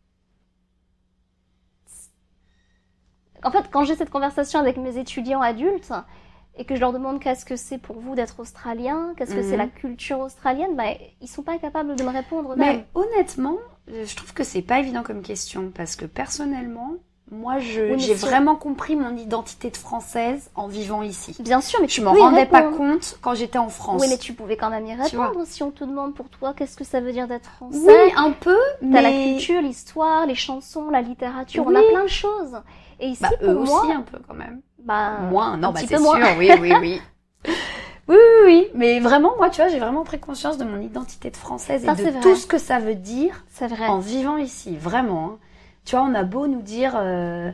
En fait, quand j'ai cette conversation avec mes étudiants adultes et que je leur demande qu'est-ce que c'est pour vous d'être australien, qu'est-ce que Mhm. c'est la culture australienne, bah, ils sont pas capables de me répondre eux-mêmes. Mais honnêtement, euh, je trouve que c'est pas évident comme question parce que personnellement, moi, je, Oui, mais j'ai si- vraiment compris mon identité de française en vivant ici. Bien sûr, mais Je tu m'en peux y rendais pas répondre. compte quand j'étais en France. Oui, mais tu pouvais quand même y Tu vois. répondre si on te demande pour toi qu'est-ce que ça veut dire d'être français. Oui, un peu, T'as la mais culture, l'histoire, les chansons, la littérature, on Oui. a plein de choses. Et ici, bah, pour eux moi, aussi un peu quand même. bah, Moins, non, un bah petit c'est peu sûr, moins. oui, oui, oui. Oui, oui, oui, mais vraiment, moi, tu vois, j'ai vraiment pris conscience de mon identité de française Ça, et c'est de vrai. tout ce que ça veut dire C'est vrai. en vivant ici, vraiment. hein. Tu vois, on a beau nous dire, euh,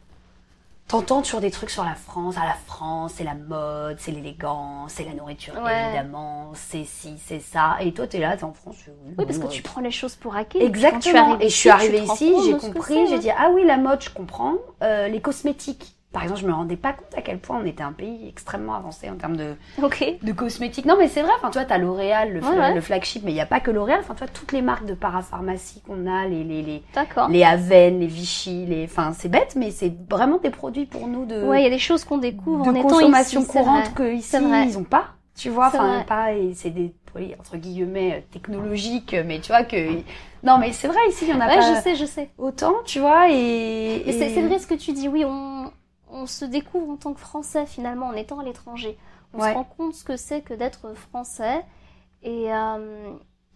t'entends toujours des trucs sur la France. Ah, la France, c'est la mode, c'est l'élégance, c'est la nourriture, Ouais. évidemment, c'est ci, c'est ça. Et toi, t'es là, t'es en France. tu- Oui, parce que bon, tu euh, prends les choses pour acquis. Quand tu Exactement. arrives Et je suis ici, arrivée tu te rends ici, compte j'ai de ce que compris, c'est, j'ai ouais. dit ah oui la mode, je comprends. Euh, les cosmétiques, par exemple, je me rendais pas compte à quel point on était un pays extrêmement avancé en termes de, Ok. de cosmétiques. Non mais c'est vrai. Enfin tu vois, t'as L'Oréal, le, Ouais, ouais. le flagship, mais il y a pas que L'Oréal. Enfin tu vois, toutes les marques de parapharmacie qu'on a, les les les D'accord. les Aven, les Vichy, les. Enfin c'est bête, mais c'est vraiment des produits pour nous de Ouais, il y a des choses qu'on découvre de en étant consommation ici, c'est courante vrai. que ici C'est vrai. ils ont pas. Tu vois, C'est enfin vrai. pas et c'est des oui, entre guillemets euh, technologiques, mais tu vois que non mais c'est vrai ici il y en a Ouais, pas je sais, je sais. autant, tu vois et, Mais c'est et- c'est vrai ce que tu dis, oui, on, on se découvre en tant que Français finalement en étant à l'étranger. On Ouais. se rend compte ce que c'est que d'être Français et, euh,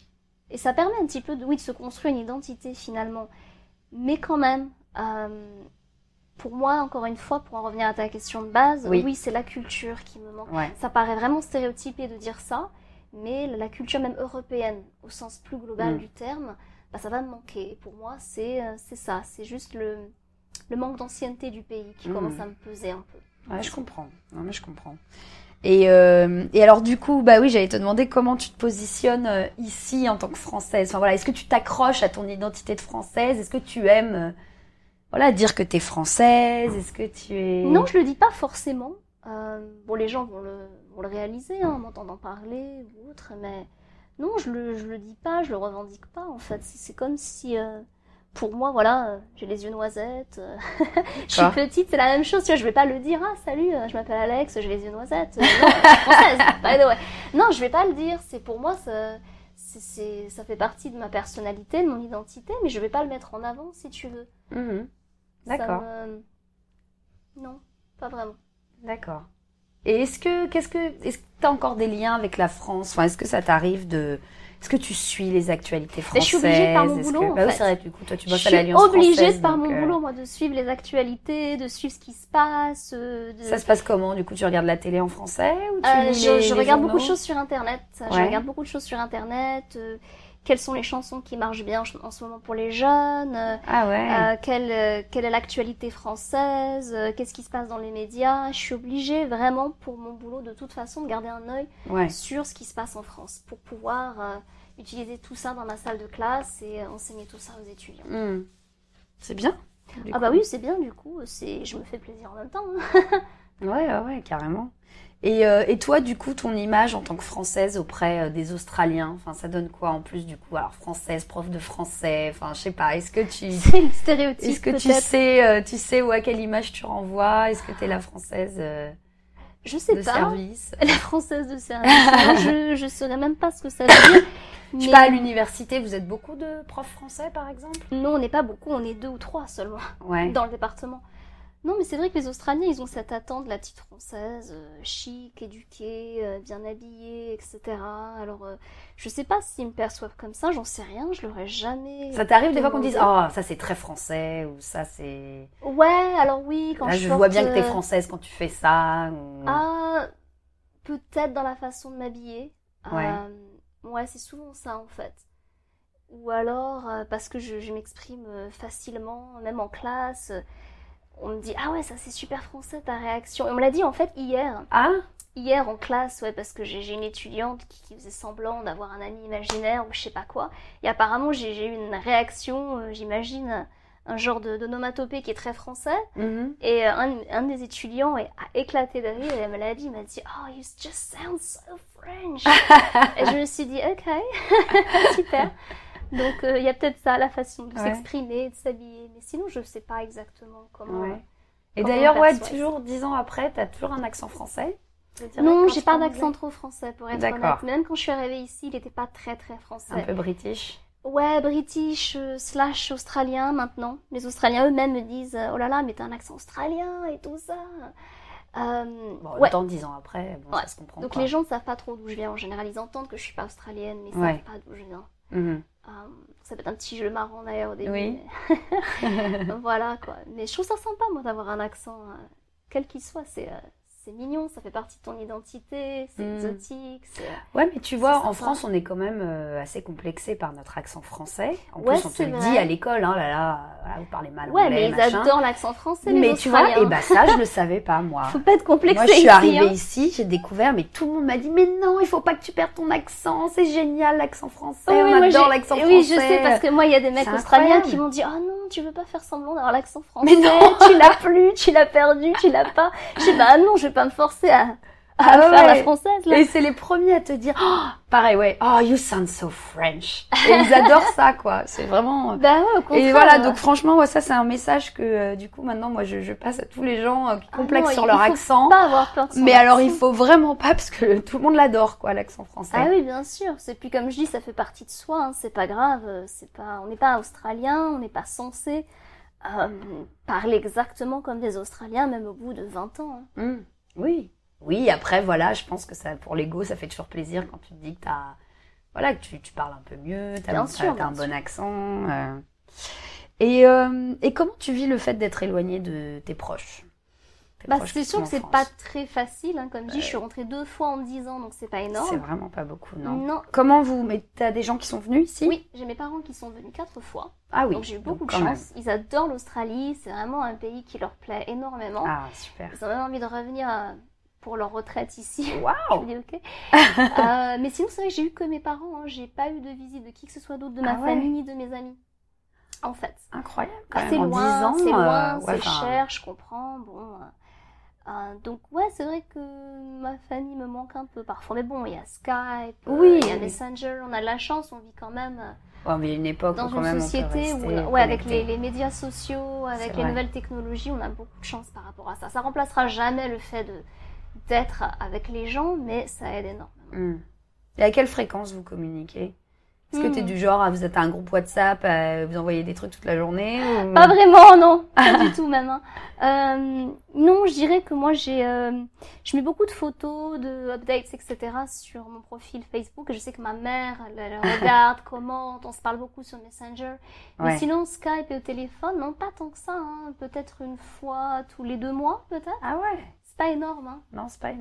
et ça permet un petit peu de, oui, de se construire une identité finalement. Mais quand même, euh, pour moi, encore une fois, pour en revenir à ta question de base, Oui. oui, c'est la culture qui me manque. Ouais. Ça paraît vraiment stéréotypé de dire ça, mais la culture même européenne, au sens plus global Mm. du terme, bah, ça va me manquer. Et pour moi, c'est euh, c'est ça, c'est juste le, le manque d'ancienneté du pays qui Mm. commence à me peser un peu. Ouais, je comprends. Non mais je comprends. Et euh, et alors du coup, bah oui, j'allais te demander comment tu te positionnes euh, ici en tant que Française. Enfin voilà, est-ce que tu t'accroches à ton identité de Française? Est-ce que tu aimes euh, voilà dire que t'es française? Est-ce que tu es Non, je le dis pas forcément. Euh, bon, les gens vont le, vont le réaliser hein, en m'entendant parler ou autre, mais non, je le, je le dis pas, je le revendique pas en fait. C'est c'est comme si, euh, pour moi, voilà, euh, j'ai les yeux noisettes, euh, je suis D'accord. petite, c'est la même chose, tu vois, je vais pas le dire, ah salut, euh, je m'appelle Alex, j'ai les yeux noisettes. Euh, non, je suis française, by the way. Non, je vais pas le dire, c'est pour moi, ça, c'est, c'est, ça fait partie de ma personnalité, de mon identité, mais je vais pas le mettre en avant si tu veux. Mhm. Ça D'accord. me- Non, pas vraiment. D'accord. Et est-ce que, qu'est-ce que, est-ce que t'as encore des liens avec la France? Enfin, est-ce que ça t'arrive de, est-ce que tu suis les actualités Mais françaises? je suis obligée par mon Est-ce boulot, que- en Bah oui, fait. c'est vrai, du coup, toi, tu Je bosses suis à l'Alliance obligée française, par donc, mon euh, boulot, moi, de suivre les actualités, de suivre ce qui se passe. euh, De... Ça se passe comment? Du coup, tu regardes la télé en français ou tu Euh, lis je les- je les regarde beaucoup de journaux? choses sur Internet. Je Ouais. regarde beaucoup de choses sur Internet. euh, quelles sont les chansons qui marchent bien en ce moment pour les jeunes, euh, ah ouais. euh, quelle, euh, quelle est l'actualité française, euh, qu'est-ce qui se passe dans les médias. Je suis obligée vraiment pour mon boulot de toute façon de garder un œil ouais. sur ce qui se passe en France pour pouvoir euh, utiliser tout ça dans ma salle de classe et euh, enseigner tout ça aux étudiants. Mmh. C'est bien. Ah coup. Bah oui, c'est bien du coup, c'est... je me fais plaisir en même temps. Hein. ouais, ouais, ouais, carrément. Et, euh, et toi, du coup, ton image en tant que Française auprès euh, des Australiens, enfin, ça donne quoi en plus du coup? Alors, Française, prof de français, enfin, je sais pas, est-ce que tu... C'est le stéréotype, Est-ce que peut-être. tu sais, euh, tu sais où, à quelle image tu renvoies? Est-ce que t'es la Française euh, je sais de pas. service? La Française de service. je, je saurais même pas ce que ça veut dire. Je sais mais... pas, à l'université, vous êtes beaucoup de profs français, par exemple? Non, on n'est pas beaucoup, on est deux ou trois seulement ouais. dans le département. Non, mais c'est vrai que les Australiens, ils ont cette attente de la petite Française, euh, chic, éduquée, euh, bien habillée, et cetera. Alors, euh, je sais pas s'ils me perçoivent comme ça, j'en sais rien, je leur ai jamais... Ça t'arrive des fois qu'on dise « Oh, ça c'est très français » ou « ça c'est... » Ouais, alors oui, quand Là, je je porte, vois bien que t'es euh, française quand tu fais ça. Ou... Ah, peut-être dans la façon de m'habiller. Ouais. Euh, ouais, c'est souvent ça en fait. Ou alors, euh, parce que je, je m'exprime euh, facilement, même en classe... Euh, on me dit « Ah ouais, ça c'est super français ta réaction ». Et on me l'a dit en fait hier. Ah Hier en classe, ouais, parce que j'ai, j'ai une étudiante qui, qui faisait semblant d'avoir un ami imaginaire ou je sais pas quoi. Et apparemment, j'ai, j'ai eu une réaction, euh, j'imagine, un genre de, d'onomatopée qui est très français. mm-hmm. Et euh, un, un des étudiants a éclaté de rire et elle me l'a dit, il m'a dit « Oh, you just sound so French ». Et je me suis dit « Ok, super ». Donc, il euh, y a peut-être ça, la façon de ouais. s'exprimer, de s'habiller. Mais sinon, je ne sais pas exactement comment... Ouais. Euh, Et comment d'ailleurs, ouais, toujours dix ans après, tu as toujours un accent français? Non, j'ai pas d'accent trop français, pour être D'accord. honnête. Même quand je suis arrivée ici, il n'était pas très, très français. Un peu british? Ouais, british euh, slash australien, maintenant. Les Australiens eux-mêmes me disent « Oh là là, mais t'as un accent australien et tout ça ». Euh, bon, ouais. le temps de dix ans après, bon, ouais. ça se comprend. Donc quoi. les gens ne savent pas trop d'où je viens. En général, ils entendent que je suis pas australienne, mais ils ne ouais. savent pas d'où je viens. Mm-hmm. Um, ça peut être un petit jeu marrant d'ailleurs au début. Oui. Mais... voilà quoi. Mais je trouve ça sympa moi d'avoir un accent, euh, quel qu'il soit. C'est, euh, c'est mignon, ça fait partie de ton identité, c'est mm. exotique. C'est... Ouais, mais tu vois, en France, on est quand même euh, assez complexé par notre accent français. En ouais, plus, on te le dit à l'école, hein, là, là, là, vous parlez mal ouais, anglais, mais ils machin. adorent l'accent français, les mais Australiens. Mais tu vois, et bah ça, je le savais pas moi. Faut pas être complexé. Moi, je suis ici, arrivée hein. ici, j'ai découvert, mais tout le monde m'a dit, mais non, il faut pas que tu perdes ton accent, c'est génial l'accent français, oui, on oui, adore moi, l'accent oui, français. Oui, je sais, parce que moi, il y a des mecs c'est australiens incroyable. qui m'ont dit, oh non, tu veux pas faire semblant d'avoir l'accent français. Mais non, tu l'as plus, tu l'as perdu, tu l'as pas. Je sais, bah non, je vais pas me forcer à, à ah faire ouais. la française, là. Et c'est les premiers à te dire, oh, pareil, ouais, oh, you sound so French. Et ils adorent ça, quoi. C'est vraiment. Bah ouais, au contraire. Et voilà, donc franchement, ouais, ça, c'est un message que, euh, du coup, maintenant, moi, je, je passe à tous les gens euh, qui complexent ah non, sur leur faut accent. Pas avoir peur de son mais accent. alors, il faut vraiment pas, parce que tout le monde l'adore, quoi, l'accent français. Ah oui, bien sûr. C'est puis comme je dis, ça fait partie de soi. Hein. C'est pas grave. C'est pas, on n'est pas australien, on n'est pas censé euh, parler exactement comme des Australiens, même au bout de vingt ans. Hein. Mmh. Oui. Oui, après, voilà, je pense que ça, pour l'ego, ça fait toujours plaisir quand tu te dis que t'as, voilà, que tu, tu parles un peu mieux, t'as, bien t'as, sûr, t'as un bien bon sûr. accent. Euh... Et, euh, et comment tu vis le fait d'être éloigné de tes proches? Tes bah, proches c'est sûr que c'est France. pas très facile, hein, comme je dis, ouais. je suis rentrée deux fois en dix ans, donc c'est pas énorme. C'est vraiment pas beaucoup, non. Non. Comment vous, mais t'as des gens qui sont venus ici? Oui, j'ai mes parents qui sont venus quatre fois. Ah oui. Donc j'ai eu beaucoup donc, de chance. même. Ils adorent l'Australie, c'est vraiment un pays qui leur plaît énormément. Ah, super. Ils ont même envie de revenir pour leur retraite ici. Waouh. Je dis ok. euh, mais sinon, c'est vrai que j'ai eu que mes parents. Hein. J'ai pas eu de visite de qui que ce soit d'autre de ma ah ouais. famille ni de mes amis. En fait. Incroyable. Quand ah, même. c'est, en loin, dix ans, c'est loin, euh, c'est ouais, cher, je comprends. Bon. Euh, euh, donc ouais, c'est vrai que ma famille me manque un peu parfois. Mais bon, il y a Skype, oui, il euh, y a oui. Messenger. On a de la chance, on vit quand même. Ouais, mais il y a une époque dans où quand une même société on peut où, rester ouais, avec connecté. les, les médias sociaux, avec C'est les vrai. nouvelles technologies, on a beaucoup de chance par rapport à ça. Ça remplacera jamais le fait de d'être avec les gens, mais ça aide énormément. Mmh. Et à quelle fréquence vous communiquez? Est-ce que mmh. t'es du genre, à vous êtes un groupe WhatsApp, à vous envoyez des trucs toute la journée ou... Pas vraiment, non, pas du tout même. Hein. Euh, non, je dirais que moi j'ai, euh, je mets beaucoup de photos, de updates, et cetera sur mon profil Facebook. Et je sais que ma mère, elle, elle regarde, commente, on se parle beaucoup sur Messenger. Mais ouais. sinon Skype et au téléphone, non, pas tant que ça. Hein. Peut-être une fois tous les deux mois, peut-être. Ah ouais. C'est pas énorme. Hein. Non, c'est pas énorme.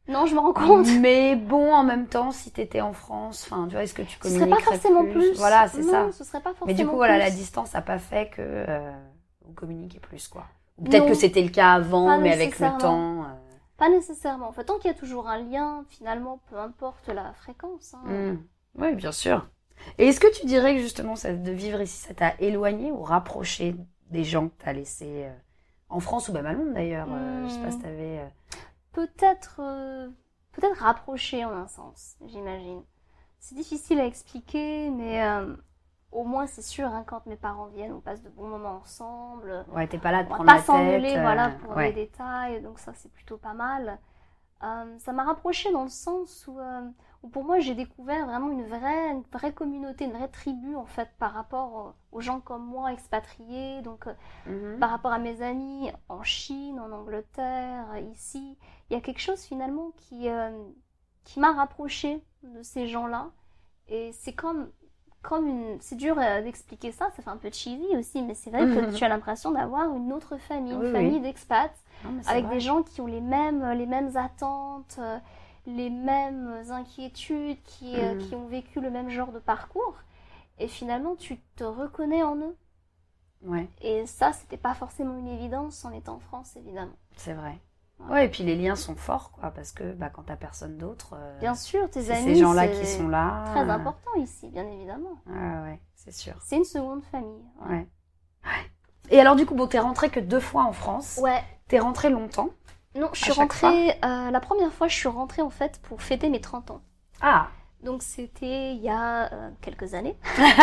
Non, je me rends compte. Mais bon, en même temps, si t'étais en France, enfin, tu vois, est-ce que tu communiquerais plus ? Ce serait pas forcément plus. plus. Voilà, c'est non, ça. ce serait pas forcément Mais du coup, plus. voilà, la distance n'a pas fait que euh, vous communiquez plus, quoi. Ou peut-être non, que c'était le cas avant, mais avec le temps... Euh... Pas nécessairement. En fait, tant qu'il y a toujours un lien, finalement, peu importe la fréquence. Hein. Mmh. Oui, bien sûr. Et est-ce que tu dirais que justement, ça, de vivre ici, ça t'a éloigné ou rapproché des gens que t'as laissés euh, en France ou même à Londres d'ailleurs mmh. euh, Je sais pas si t'avais... Euh... Peut-être, euh, peut-être rapproché en un sens, j'imagine. C'est difficile à expliquer, mais euh, au moins c'est sûr, hein, quand mes parents viennent, on passe de bons moments ensemble. Ouais, t'es pas là de on prendre la tête. On va pas s'engueuler, euh, voilà, pour ouais. les détails, donc ça c'est plutôt pas mal. Euh, ça m'a rapproché dans le sens où, euh, où pour moi j'ai découvert vraiment une vraie, une vraie communauté, une vraie tribu en fait par rapport aux gens comme moi expatriés, donc euh, mm-hmm. par rapport à mes amis en Chine, en Angleterre, ici, il y a quelque chose finalement qui, euh, qui m'a rapproché de ces gens-là et c'est comme, comme une, c'est dur d'expliquer ça, ça fait un peu cheesy aussi, mais c'est vrai mm-hmm. que tu as l'impression d'avoir une autre famille, oui, une famille oui. d'expats. Non, avec vrai. des gens qui ont les mêmes, les mêmes attentes, les mêmes inquiétudes, qui, mmh. qui ont vécu le même genre de parcours. Et finalement, tu te reconnais en eux. Ouais. Et ça, c'était pas forcément une évidence en étant en France, évidemment. C'est vrai. Ouais, ouais et puis les liens sont forts, quoi, parce que bah, quand t'as personne d'autre... Euh, bien sûr, tes c'est amis, ces gens-là qui sont là. Très important ici, bien évidemment. Ah ouais, c'est sûr. C'est une seconde famille. Ouais. ouais. Et alors, du coup, bon, t'es rentrée que deux fois en France. Ouais. T'es rentrée longtemps? Non, je suis rentrée... Euh, la première fois, je suis rentrée, en fait, pour fêter mes trente ans. Ah. Donc, c'était il y a euh, quelques années.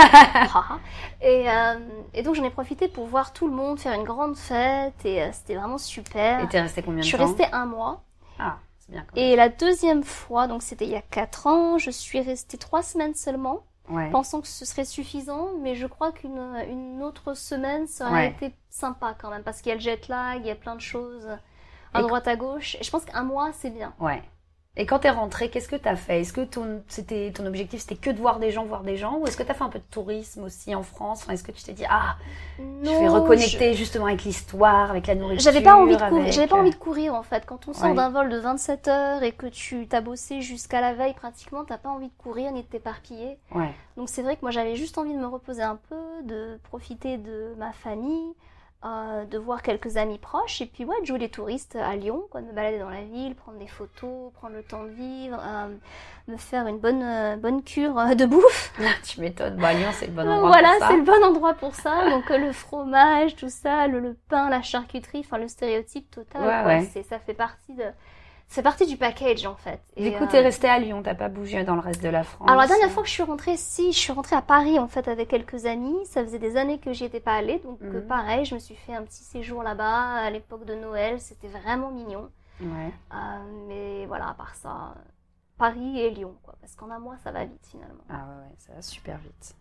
et, euh, et donc, j'en ai profité pour voir tout le monde, faire une grande fête. Et euh, c'était vraiment super. Et t'es restée combien de temps? Je suis restée un mois. Ah, c'est bien quand même. Et la deuxième fois, donc c'était il y a quatre ans, je suis restée trois semaines seulement. Ouais. Pensant que ce serait suffisant, mais je crois qu'une une autre semaine, ça aurait ouais. été sympa quand même, parce qu'il y a le jet lag, il y a plein de choses à et droite, à gauche, et je pense qu'un mois, c'est bien. Ouais. Et quand t'es rentrée, qu'est-ce que t'as fait? Est-ce que ton, c'était, ton objectif, c'était que de voir des gens, voir des gens, ou est-ce que t'as fait un peu de tourisme aussi en France? Enfin, est-ce que tu t'es dit, ah, non, je vais reconnecter je... justement avec l'histoire, avec la nourriture? J'avais pas envie de courir, avec... j'avais pas envie de courir en fait. Quand on sort ouais. d'un vol de vingt-sept heures et que tu t'as bossé jusqu'à la veille pratiquement, t'as pas envie de courir ni de t'éparpiller. Ouais. Donc c'est vrai que moi j'avais juste envie de me reposer un peu, de profiter de ma famille. Euh, de voir quelques amis proches et puis ouais de jouer les touristes à Lyon, quoi, de me balader dans la ville, prendre des photos, prendre le temps de vivre, euh, me faire une bonne euh, bonne cure euh, de bouffe. Tu m'étonnes, bon, à Lyon c'est le bon endroit voilà, pour ça. c'est le bon endroit pour ça. Donc euh, le fromage, tout ça, le, le pain, la charcuterie, enfin le stéréotype total. Ouais, quoi. ouais. C'est, ça fait partie de C'est partie du package en fait. Et du coup, euh... t'es restée à Lyon, t'as pas bougé dans le reste de la France? Alors la dernière fois que je suis rentrée, si, je suis rentrée à Paris en fait avec quelques amis. Ça faisait des années que j'y étais pas allée, donc mm-hmm. pareil, je me suis fait un petit séjour là-bas à l'époque de Noël. C'était vraiment mignon. Ouais. Euh, mais voilà, à part ça, Paris et Lyon, quoi. Parce qu'en un mois, ça va vite finalement. Ah ouais, ouais ça va super vite.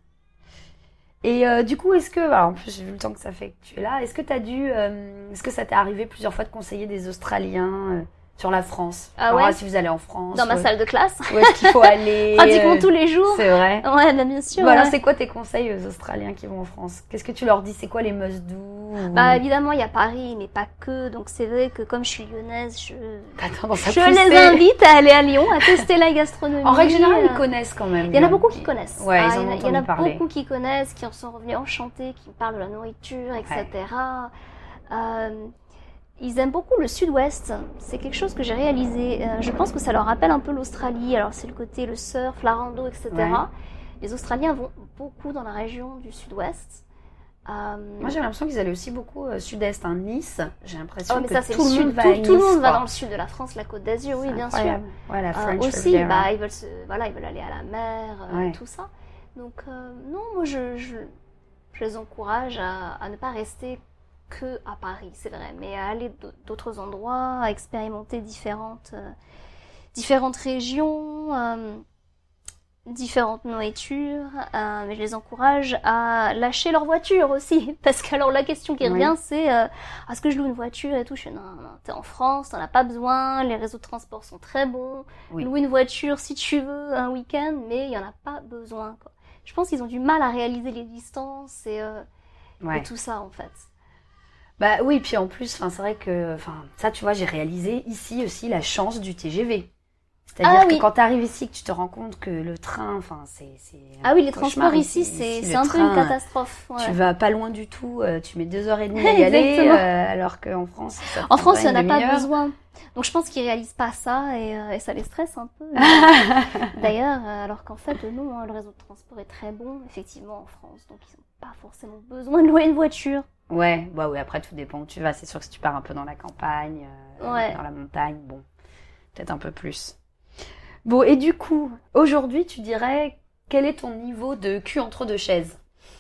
Et euh, du coup, est-ce que, alors en plus j'ai vu le temps que ça fait que tu es là, est-ce que t'as dû, euh, est-ce que ça t'est arrivé plusieurs fois de conseiller des Australiens euh, sur la France? Ah ouais. Si vous allez en France. Dans ma ouais. salle de classe. Où est-ce qu'il faut aller? Pratiquement tous les jours. C'est vrai. Ouais, bah bien sûr. Bon, ouais. Alors, c'est quoi tes conseils aux Australiens qui vont en France? Qu'est-ce que tu leur dis? C'est quoi les must-do? Bah, évidemment, il y a Paris, mais pas que. Donc, c'est vrai que comme je suis lyonnaise, je, je les invite à aller à Lyon, à tester la gastronomie. En règle générale, ils connaissent quand même. Il y en a beaucoup qui connaissent. Ouais, ah, ils en ont il y en a parler. beaucoup qui connaissent, qui en sont revenus enchantés, qui parlent de la nourriture, et cetera. Ouais. Euh, Ils aiment beaucoup le sud-ouest, c'est quelque chose que j'ai réalisé. Euh, je pense que ça leur rappelle un peu l'Australie, alors c'est le côté le surf, la rando, et cetera. Ouais. Les Australiens vont beaucoup dans la région du sud-ouest. Euh... Moi j'ai l'impression qu'ils allaient aussi beaucoup euh, sud-est, hein. Nice, j'ai l'impression oh, mais que ça, c'est tout, le sud, monde va tout, à Nice, tout le monde quoi. va dans le sud de la France, la Côte d'Azur, oui, bien incroyable. sûr. Ouais, la French euh, aussi, Riviera. bah, ils veulent se, voilà, ils veulent aller à la mer, euh, ouais. tout ça. Donc euh, non, moi je, je, je les encourage à, à ne pas rester que à Paris, c'est vrai, mais à aller d'autres endroits, à expérimenter différentes, euh, différentes régions, euh, différentes nourritures, euh, mais je les encourage à lâcher leur voiture aussi, parce que alors la question qui revient, oui. c'est euh, est-ce que je loue une voiture et tout? Je fais non, non, t'es en France, t'en as pas besoin, les réseaux de transport sont très bons, oui. Loue une voiture si tu veux un week-end, mais il y en a pas besoin, quoi. Je pense qu'ils ont du mal à réaliser les distances et, euh, ouais. et tout ça en fait. Bah oui, puis en plus, enfin, c'est vrai que, enfin, ça, tu vois, j'ai réalisé ici aussi la chance du T G V. C'est-à-dire Ah que oui. quand tu arrives ici, que tu te rends compte que le train, enfin, c'est, c'est Ah oui, les cauchemar transports ici, c'est, le c'est un peu train, une catastrophe. Ouais. Tu vas pas loin du tout, euh, tu mets deux heures et demie à y aller, euh, alors qu'en France, ça en France, il n'y en a pas besoin. Donc je pense qu'ils réalisent pas ça et, euh, et ça les stresse un peu. D'ailleurs, euh, alors qu'en fait, non, hein, le réseau de transport est très bon, effectivement, en France. Donc ils ont pas forcément besoin de louer une voiture. Ouais, bah oui, après tout dépend où tu vas. C'est sûr que si tu pars un peu dans la campagne, euh, ouais. dans la montagne, bon, peut-être un peu plus. Bon, et du coup, aujourd'hui, tu dirais, quel est ton niveau de cul entre deux chaises?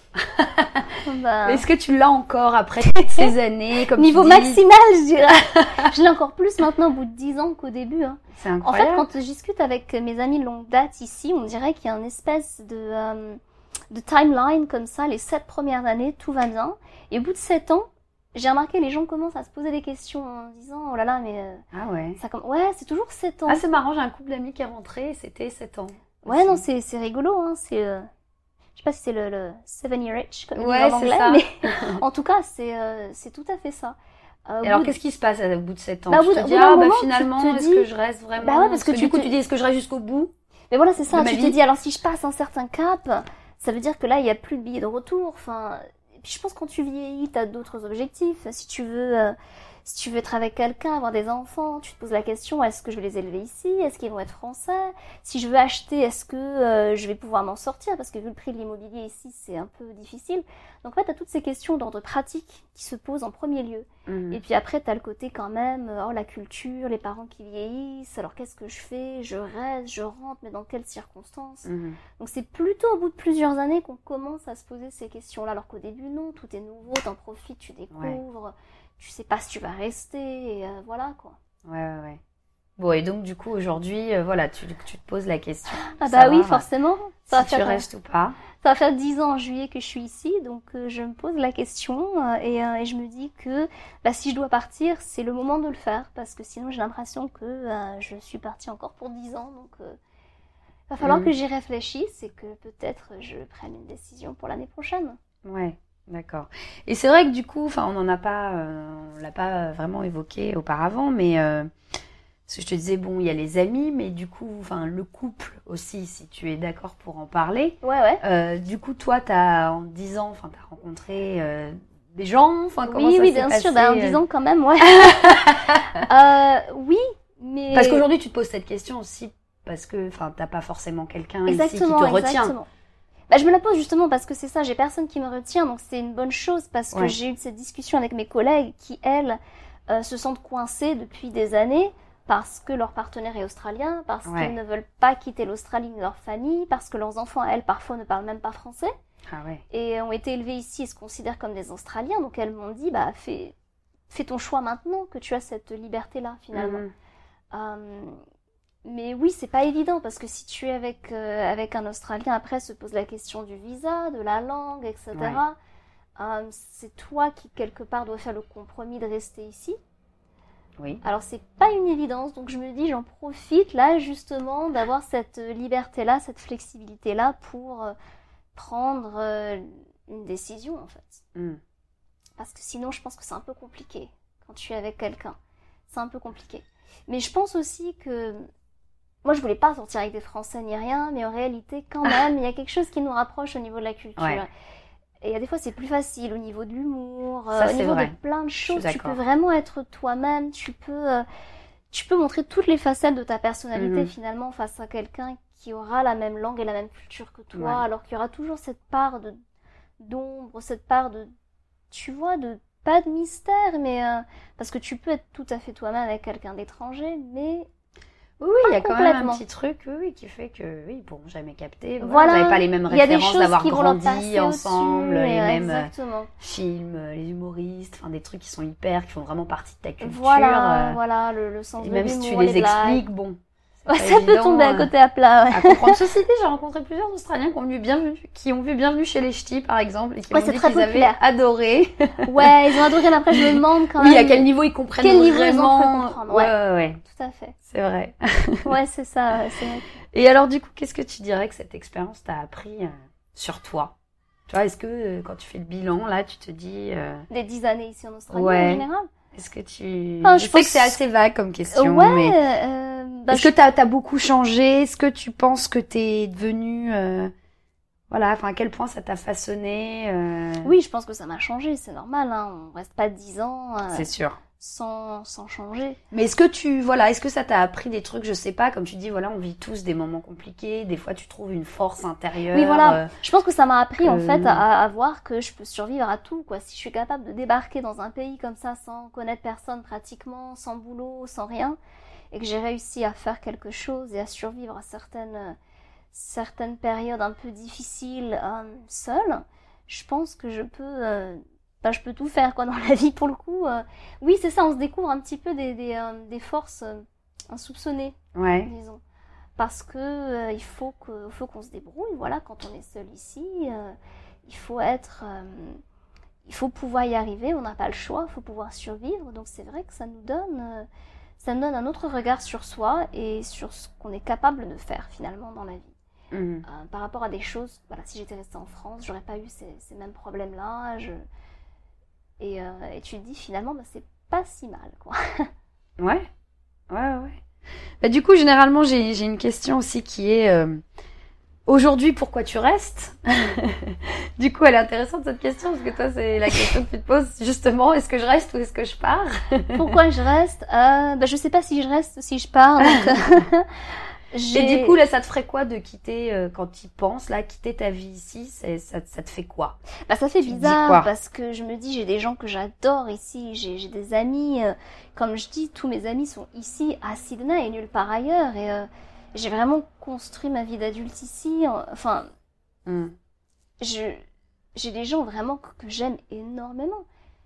bah... Est-ce que tu l'as encore après toutes ces années comme Niveau tu dis... maximal, je dirais. Je l'ai encore plus maintenant au bout de dix ans qu'au début. Hein. C'est incroyable. En fait, quand je discute avec mes amis de longue date ici, on dirait qu'il y a une espèce de, euh, de timeline comme ça. Les sept premières années, tout va bien. Et au bout de sept ans, j'ai remarqué les gens commencent à se poser des questions en disant oh là là mais euh, ah ouais ça comme ouais c'est toujours sept ans. Ah c'est marrant, j'ai un couple d'amis qui est rentré, c'était sept ans. Ouais aussi. non c'est c'est rigolo hein, c'est euh, je sais pas si c'est le, le seven year itch comme ouais, ils disent en anglais ça. Mais en tout cas c'est euh, c'est tout à fait ça. Euh, Et alors qu'est-ce qui se passe au bout de sept ans? Bah, tu au te bout dis ah moment, bah finalement est-ce dis... que je reste vraiment bah ouais, parce, parce que, que tu du coup te... tu dis est-ce que je reste jusqu'au bout? Mais voilà c'est ça, tu vie? te dis alors si je passe un certain cap, ça veut dire que là il y a plus de billets de retour, enfin puis je pense que quand tu vieillis, t'as d'autres objectifs. Si tu veux, euh, si tu veux être avec quelqu'un, avoir des enfants, tu te poses la question est-ce que je vais les élever ici? Est-ce qu'ils vont être français? Si je veux acheter, est-ce que euh, je vais pouvoir m'en sortir? Parce que vu le prix de l'immobilier ici, c'est un peu difficile. Donc en fait, t'as toutes ces questions d'ordre pratique qui se posent en premier lieu. Mmh. Et puis après, t'as le côté quand même, oh la culture, les parents qui vieillissent. Alors qu'est-ce que je fais? Je reste, je rentre, mais dans quelles circonstances? Mmh. Donc c'est plutôt au bout de plusieurs années qu'on commence à se poser ces questions-là. Alors qu'au début, non, tout est nouveau, t'en profites, tu découvres, ouais. Tu sais pas si tu vas rester, et euh, voilà quoi. Ouais, ouais, ouais. Bon, et donc du coup, aujourd'hui, euh, voilà, tu, tu te poses la question. Ah bah oui, forcément. Ça si tu restes ou pas. Ça va faire dix ans en juillet que je suis ici, donc euh, je me pose la question euh, et, euh, et je me dis que bah, si je dois partir, c'est le moment de le faire, parce que sinon j'ai l'impression que euh, je suis partie encore pour dix ans, donc il euh, va falloir mmh. que j'y réfléchisse et que peut-être je prenne une décision pour l'année prochaine. Ouais. D'accord. Et c'est vrai que du coup, enfin, on n'en a pas, euh, on l'a pas vraiment évoqué auparavant, mais euh, parce que je te disais bon, il y a les amis, mais du coup, enfin, le couple aussi, si tu es d'accord pour en parler. Ouais, ouais. Euh, du coup, toi, t'as en dix ans, enfin, t'as rencontré euh, des gens, enfin, comment oui, ça oui, s'est bien passé? sûr, bah, en dix ans quand même, ouais. euh, oui, mais parce qu'aujourd'hui, tu te poses cette question aussi parce que, enfin, t'as pas forcément quelqu'un ici qui te retient. Exactement. Bah, je me la pose justement parce que c'est ça, j'ai personne qui me retient, donc c'est une bonne chose parce que ouais. j'ai eu cette discussion avec mes collègues qui, elles, euh, se sentent coincées depuis des années parce que leur partenaire est australien, parce ouais. qu'ils ne veulent pas quitter l'Australie ni leur famille, parce que leurs enfants, elles, parfois ne parlent même pas français ah ouais. et ont été élevés ici et se considèrent comme des Australiens, donc elles m'ont dit, bah fais, fais ton choix maintenant que tu as cette liberté-là finalement. Mmh. Euh, Mais oui, c'est pas évident parce que si tu es avec euh, avec un Australien, après se pose la question du visa, de la langue, et cetera. Ouais. Euh, c'est toi qui quelque part dois faire le compromis de rester ici. Oui. Alors c'est pas une évidence, donc je me dis j'en profite là justement d'avoir cette liberté-là, cette flexibilité-là pour euh, prendre euh, une décision en fait. Mm. Parce que sinon je pense que c'est un peu compliqué quand tu es avec quelqu'un. C'est un peu compliqué. Mais je pense aussi que moi, je voulais pas sortir avec des Français ni rien, mais en réalité, quand même, il y a quelque chose qui nous rapproche au niveau de la culture. Ouais. Et il y a des fois, c'est plus facile au niveau de l'humour, Ça, euh, au niveau vrai. de plein de choses. Tu peux vraiment être toi-même, tu peux, euh, tu peux montrer toutes les facettes de ta personnalité, mm-hmm. finalement, face à quelqu'un qui aura la même langue et la même culture que toi, ouais. alors qu'il y aura toujours cette part de, d'ombre, cette part de, tu vois, de, pas de mystère, mais, euh, parce que tu peux être tout à fait toi-même avec quelqu'un d'étranger, mais Oui, oui, il y a quand même un petit truc oui, oui, qui fait que oui, ils pourront jamais capter. Voilà, voilà. Vous n'avez pas les mêmes références d'avoir grandi ensemble, les euh, mêmes exactement. films, les humoristes, enfin des trucs qui sont hyper, qui font vraiment partie de ta culture. Voilà, euh, voilà, le, le sens et de même l'humour, si tu les, les expliques, bon. Ouais, ça évident, peut tomber à côté à plat. Ouais. À comprendre. Ceci dit, j'ai rencontré plusieurs Australiens qui ont vu Bienvenue, qui ont vu Bienvenue chez les Ch'tis, par exemple, et qui ouais, m'ont dit qu'ils populaire. avaient adoré. Ouais, ils ont adoré, mais après je me demande quand oui, même. Oui, à quel niveau ils comprennent quel vraiment. Quel niveau ils ont comprendre. Ouais, ouais, ouais. Tout à fait. C'est vrai. Ouais, c'est ça, c'est vrai. Et alors, du coup, qu'est-ce que tu dirais que cette expérience t'a appris euh, sur toi? Tu vois, est-ce que euh, quand tu fais le bilan, là, tu te dis... Euh... Des dix années ici en Australie, ouais. en général. Est-ce que tu... Ah, je, je sais pense... que c'est assez vague comme question, ouais, mais... Euh, bah, Est-ce je... que t'as, t'as beaucoup changé? Est-ce que tu penses que t'es devenue... Euh... Voilà, enfin, à quel point ça t'a façonné euh... Oui, je pense que ça m'a changé, c'est normal, hein. On reste pas dix ans euh, c'est sûr. Sans, sans changer. Mais est-ce que tu, voilà, est-ce que ça t'a appris des trucs, je sais pas, comme tu dis, voilà, on vit tous des moments compliqués, des fois tu trouves une force intérieure. Oui, voilà, euh, je pense que ça m'a appris que... en fait à, à voir que je peux survivre à tout, quoi. Si je suis capable de débarquer dans un pays comme ça sans connaître personne pratiquement, sans boulot, sans rien, et que j'ai réussi à faire quelque chose et à survivre à certaines... certaines périodes un peu difficiles euh, seule, je pense que je peux, euh, bah, je peux tout faire quoi dans la vie pour le coup. Euh. Oui, c'est ça, on se découvre un petit peu des, des, euh, des forces euh, insoupçonnées, ouais. disons. Parce que euh, il faut que, faut qu'on se débrouille. Voilà, quand on est seul ici, euh, il faut être, euh, il faut pouvoir y arriver. On n'a pas le choix, il faut pouvoir survivre. Donc c'est vrai que ça nous donne. Euh, ça nous donne un autre regard sur soi et sur ce qu'on est capable de faire finalement dans la vie. Mmh. Euh, par rapport à des choses, voilà, si j'étais restée en France, j'aurais pas eu ces, ces mêmes problèmes-là. Je... Et, euh, et tu te dis finalement, bah, c'est pas si mal, quoi. Ouais, ouais, ouais. Bah, du coup, généralement, j'ai, j'ai une question aussi qui est euh, aujourd'hui, pourquoi tu restes? Du coup, elle est intéressante cette question parce que toi, c'est la question que tu te poses justement. Est-ce que je reste ou est-ce que je pars? Pourquoi je reste? euh, bah, je sais pas si je reste ou si je pars. Donc... J'ai... Et du coup, là, ça te ferait quoi de quitter, euh, quand tu y penses, là, quitter ta vie ici, c'est, ça, ça te fait quoi? Bah, ça fait tu bizarre, parce que je me dis, j'ai des gens que j'adore ici, j'ai, j'ai des amis, euh, comme je dis, tous mes amis sont ici, à Sydney et nulle part ailleurs, et euh, j'ai vraiment construit ma vie d'adulte ici, enfin, mm. je, j'ai des gens vraiment que, que j'aime énormément,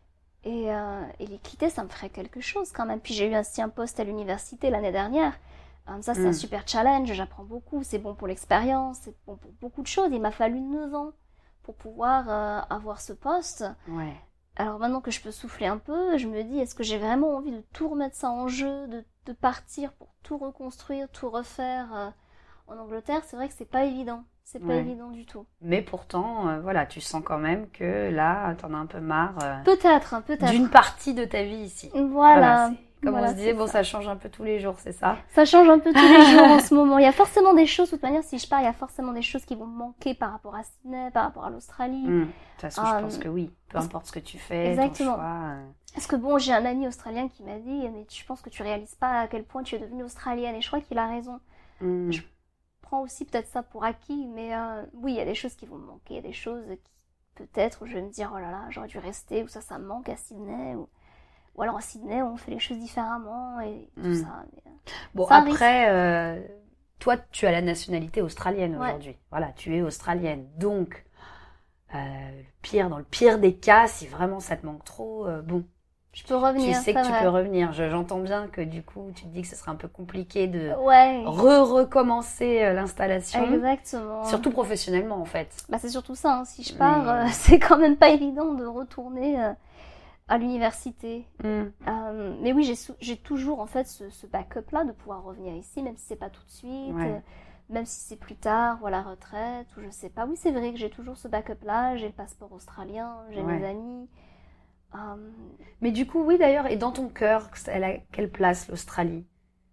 et, euh, et les quitter, ça me ferait quelque chose quand même. Puis j'ai eu aussi un poste à l'université l'année dernière. Ça, c'est mmh. un super challenge, j'apprends beaucoup, c'est bon pour l'expérience, c'est bon pour beaucoup de choses. Il m'a fallu neuf ans pour pouvoir euh, avoir ce poste. Ouais. Alors maintenant que je peux souffler un peu, je me dis, est-ce que j'ai vraiment envie de tout remettre ça en jeu, de, de partir pour tout reconstruire, tout refaire euh, en Angleterre? C'est vrai que c'est pas évident, c'est pas ouais. évident du tout. Mais pourtant, euh, voilà, tu sens quand même que là, t'en as un peu marre. Euh, peut-être, peut-être. D'une partie de ta vie ici. Voilà. voilà Comme voilà, on se disait, bon, ça. ça change un peu tous les jours, c'est ça? Ça change un peu tous les jours en ce moment. Il y a forcément des choses, de toute manière, si je pars, il y a forcément des choses qui vont me manquer par rapport à Sydney, par rapport à l'Australie. Mmh. De toute façon, um, je pense que oui. Peu importe ce que tu fais, exactement. ton choix. Euh... Parce que bon, j'ai un ami australien qui m'a dit, mais je pense que tu réalises pas à quel point tu es devenue australienne. Et je crois qu'il a raison. Mmh. Je prends aussi peut-être ça pour acquis, mais euh, oui, il y a des choses qui vont me manquer, il y a des choses qui, peut-être, je vais me dire, oh là là, j'aurais dû rester, ou ça, ça me manque à Sydney, ou... Ou alors à Sydney, on fait les choses différemment et tout mmh. ça. Mais, euh, bon, ça après, euh, toi, tu as la nationalité australienne ouais. aujourd'hui. Voilà, tu es australienne. Donc, euh, le pire, dans le pire des cas, si vraiment ça te manque trop, euh, bon. Je peux revenir. Tu sais que vrai. tu peux revenir. Je, j'entends bien que du coup, tu te dis que ce serait un peu compliqué de ouais. re-recommencer l'installation. Exactement. Surtout professionnellement, en fait. Bah, c'est surtout ça. Hein. Si je pars, mais... euh, c'est quand même pas évident de retourner... Euh... à l'université. Mm. Euh, mais oui, j'ai, sou- j'ai toujours en fait ce, ce backup-là de pouvoir revenir ici, même si c'est pas tout de suite, ouais. euh, même si c'est plus tard ou à la retraite, ou je sais pas. Oui, c'est vrai que j'ai toujours ce backup-là, j'ai le passeport australien, j'ai ouais. mes amis. Euh... Mais du coup, oui d'ailleurs, et dans ton cœur, elle a quelle place l'Australie?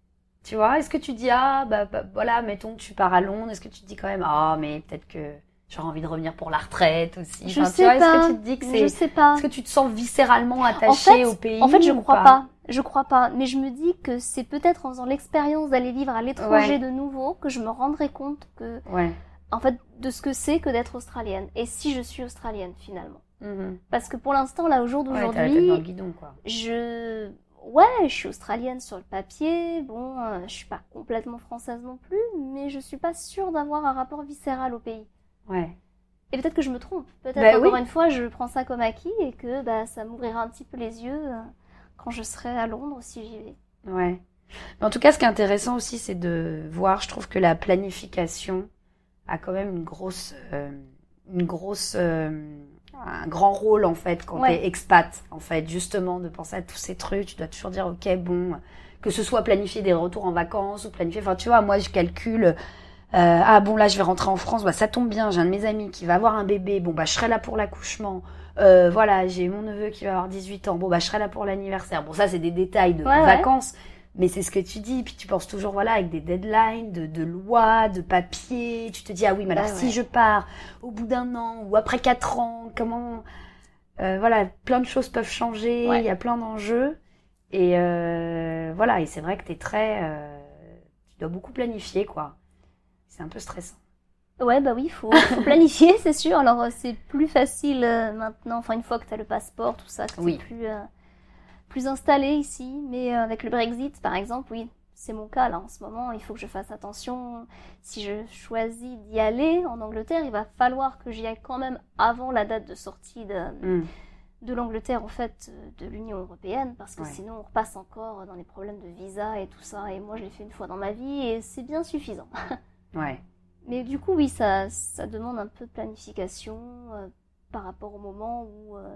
Tu vois, est-ce que tu dis, ah, bah, bah voilà, mettons que tu pars à Londres, est-ce que tu te dis quand même, ah, mais peut-être que... j'aurais envie de revenir pour la retraite aussi. Je enfin, sais tu vois, pas. Est-ce que tu te dis que c'est... Je sais pas. Est-ce que tu te sens viscéralement attaché en fait, au pays? En fait, je crois pas, pas. Je crois pas. Mais je me dis que c'est peut-être en faisant l'expérience d'aller vivre à l'étranger ouais. de nouveau que je me rendrai compte que, ouais. en fait, de ce que c'est que d'être australienne. Et si je suis australienne finalement. Mm-hmm. Parce que pour l'instant, là, au jour d'aujourd'hui, ouais, t'as la tête dans le guidon, quoi. je, ouais, je suis australienne sur le papier. Bon, euh, je suis pas complètement française non plus, mais je suis pas sûre d'avoir un rapport viscéral au pays. Ouais. Et peut-être que je me trompe. Peut-être bah, encore oui. une fois, je prends ça comme acquis et que bah, ça m'ouvrira un petit peu les yeux euh, quand je serai à Londres si j'y vais. Ouais. Mais en tout cas, ce qui est intéressant aussi, c'est de voir, je trouve que la planification a quand même une grosse, euh, une grosse, euh, un grand rôle en fait quand ouais. t'es expat. En fait, justement, de penser à tous ces trucs, tu dois toujours dire, ok, bon, que ce soit planifier des retours en vacances ou planifier. Enfin, tu vois, moi, je calcule. ah bon là je vais rentrer en France, bah ça tombe bien, j'ai un de mes amis qui va avoir un bébé, bon bah je serai là pour l'accouchement. Euh, voilà, j'ai mon neveu qui va avoir dix-huit ans, bon bah je serai là pour l'anniversaire. Bon ça c'est des détails de ouais, vacances, ouais. Mais c'est ce que tu dis, puis tu penses toujours voilà avec des deadlines, de, de lois, de papiers, tu te dis ah oui mais alors bah, si ouais. je pars au bout d'un an ou après quatre ans, comment euh, voilà, plein de choses peuvent changer, ouais. Il y a plein d'enjeux et euh, voilà, et c'est vrai que t'es très euh, tu dois beaucoup planifier quoi. C'est un peu stressant. Ouais, bah oui, faut, faut planifier, c'est sûr. Alors, c'est plus facile euh, maintenant, enfin, une fois que tu as le passeport, tout ça, que oui. c'est plus, euh, plus installé ici. Mais euh, avec le Brexit, par exemple, oui, c'est mon cas, là, en ce moment. Il faut que je fasse attention. Si je choisis d'y aller en Angleterre, il va falloir que j'y aille quand même avant la date de sortie de, mm. de l'Angleterre, en fait, de l'Union européenne. Parce que ouais. sinon, on repasse encore dans les problèmes de visa et tout ça. Et moi, je l'ai fait une fois dans ma vie et c'est bien suffisant. Ouais. Mais du coup, oui, ça, ça demande un peu de planification euh, par rapport au moment où... Euh,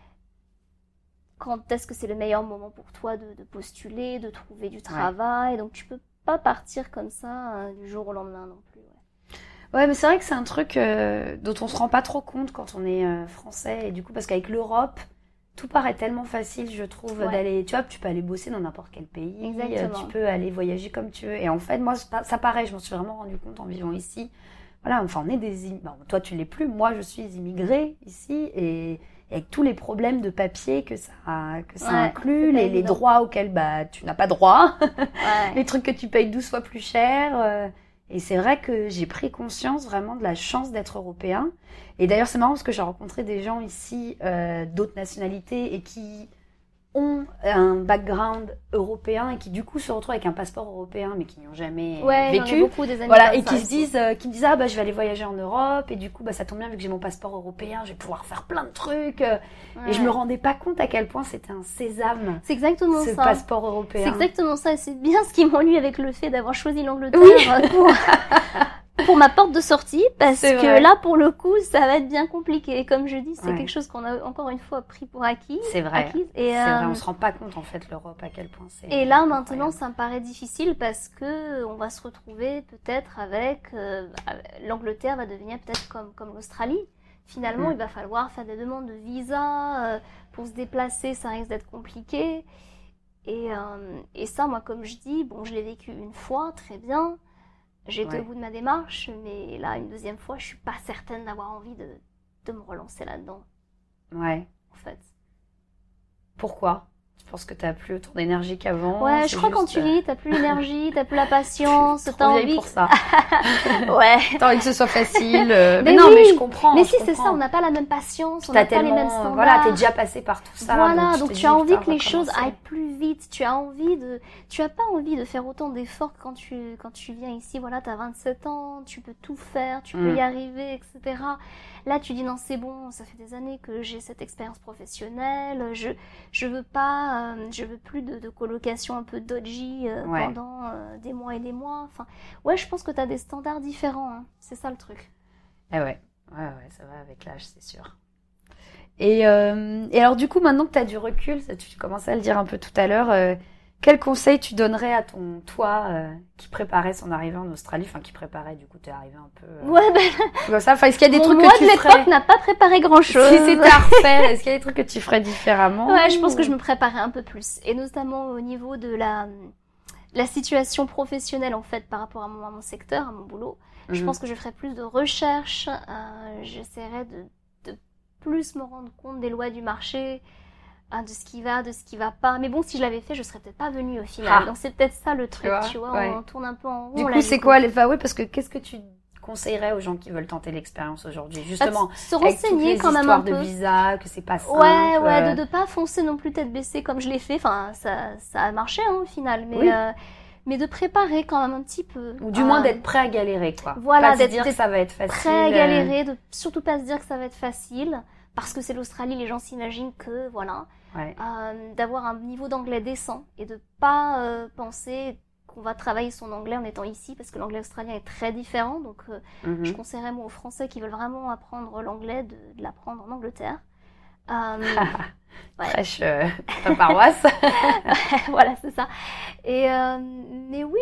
quand est-ce que c'est le meilleur moment pour toi de, de postuler, de trouver du travail. Ouais. Donc, tu peux pas partir comme ça euh, du jour au lendemain non plus. Ouais, ouais mais c'est vrai que c'est un truc euh, dont on se rend pas trop compte quand on est euh, français. Et du coup, parce qu'avec l'Europe, tout paraît tellement facile, je trouve, ouais. d'aller... Tu vois, tu peux aller bosser dans n'importe quel pays. Exactement. Tu peux aller voyager comme tu veux. Et en fait, moi, ça paraît, je m'en suis vraiment rendu compte en vivant ici. Voilà, enfin, on est des... Bon, toi, tu l'es plus. Moi, je suis immigrée ici. Et, et avec tous les problèmes de papier que ça, que ça ouais, inclut, les, les droits auxquels bah, tu n'as pas droit, ouais. les trucs que tu payes douze fois plus cher... Euh... Et c'est vrai que j'ai pris conscience vraiment de la chance d'être européen. Et d'ailleurs, c'est marrant parce que j'ai rencontré des gens ici euh, d'autres nationalités et qui ont un background européen et qui du coup se retrouvent avec un passeport européen mais qui n'y ont jamais ouais, vécu. J'en ai beaucoup des amis voilà, et ça, qui se disent, euh, qui me disent ah bah je vais aller voyager en Europe et du coup bah ça tombe bien vu que j'ai mon passeport européen, je vais pouvoir faire plein de trucs. Ouais. Et je me rendais pas compte à quel point c'était un sésame. C'est exactement ce ça. Ce passeport européen. C'est exactement ça. Et c'est bien ce qui m'ennuie avec le fait d'avoir choisi l'Angleterre oui. pour pour ma porte de sortie, parce c'est que vrai. Là, pour le coup, ça va être bien compliqué. Et comme je dis, c'est ouais. quelque chose qu'on a encore une fois pris pour acquis. C'est vrai. Acquis, et c'est euh, vrai. On se rend pas compte en fait l'Europe à quel point c'est. Et là, maintenant, ça me paraît difficile parce que on va se retrouver peut-être avec euh, l'Angleterre va devenir peut-être comme comme l'Australie. Finalement, mmh. il va falloir faire des demandes de visa euh, pour se déplacer. Ça risque d'être compliqué. Et euh, et ça, moi, comme je dis, bon, je l'ai vécu une fois, très bien. J'ai été ouais. au bout de ma démarche, mais là, une deuxième fois, je suis pas certaine d'avoir envie de, de me relancer là-dedans. Ouais. En fait. Pourquoi ? Tu penses que t'as plus autant d'énergie qu'avant ? Ouais, je crois que quand tu vis, t'as plus l'énergie, t'as plus la patience, t'as envie... pour ça. ouais. T'as envie que ce soit facile. Euh... Mais, mais non, oui. mais je comprends. Mais je si, comprends. c'est ça, on n'a pas la même patience, on n'a pas les mêmes standards. Voilà, t'es déjà passé par tout ça. Voilà, donc, donc tu dis, as envie putain, que les choses aillent plus vite. Tu as envie de, tu as pas envie de faire autant d'efforts que quand tu, quand tu viens ici. Voilà, t'as vingt-sept ans, tu peux tout faire, tu peux mm. y arriver, et cetera. Là, tu dis non, c'est bon, ça fait des années que j'ai cette expérience professionnelle. Je, je veux pas, euh, je veux plus de, de colocation un peu dodgy euh, ouais. pendant euh, des mois et des mois. Enfin, ouais, je pense que t'as des standards différents. Hein. C'est ça le truc. Eh ouais, ouais, ouais, ça va avec l'âge, c'est sûr. Et, euh, et alors, du coup, maintenant que t'as du recul, ça, tu commençais à le dire un peu tout à l'heure. Euh, Quel conseil tu donnerais à ton toi euh, qui préparait son arrivée en Australie, enfin qui préparait, du coup t'es arrivé un peu euh, ouais ben comme ça, enfin est-ce qu'il y a des mon trucs moi que tu de ferais l'époque n'a pas préparé grand chose. Si c'était à refaire, est-ce qu'il y a des trucs que tu ferais différemment? Ouais, je pense que je me préparais un peu plus, et notamment au niveau de la la situation professionnelle en fait par rapport à mon, à mon secteur, à mon boulot. Mm-hmm. Je pense que je ferais plus de recherche, euh, j'essaierais de de plus me rendre compte des lois du marché. De ce qui va, de ce qui va pas. Mais bon, si je l'avais fait, je serais peut-être pas venue au final. Ah. Donc c'est peut-être ça le truc, tu vois, tu vois ouais. on tourne un peu en rond. Du coup, c'est quoi les... Bah oui, parce que qu'est-ce que tu conseillerais aux gens qui veulent tenter l'expérience aujourd'hui, justement, bah, se renseigner quand même un peu. De visa, que c'est pas simple. Ouais, ouais, euh... de de pas foncer non plus tête baissée comme je l'ai fait. Enfin, ça, ça a marché hein, au final, mais. Oui. Euh... Mais de préparer quand même un petit peu. Ou du euh... moins d'être prêt à galérer, quoi. Voilà, pas d'être, se dire d'être que ça va être facile. Prêt à galérer, de surtout pas se dire que ça va être facile. Parce que c'est l'Australie, les gens s'imaginent que, voilà, ouais. euh, d'avoir un niveau d'anglais décent et de pas euh, penser qu'on va travailler son anglais en étant ici, parce que l'anglais australien est très différent. Donc, euh, mm-hmm. je conseillerais moi aux Français qui veulent vraiment apprendre l'anglais de, de l'apprendre en Angleterre. Euh, ouais. Prêche euh, ta paroisse. Voilà, c'est ça. Et euh, mais oui,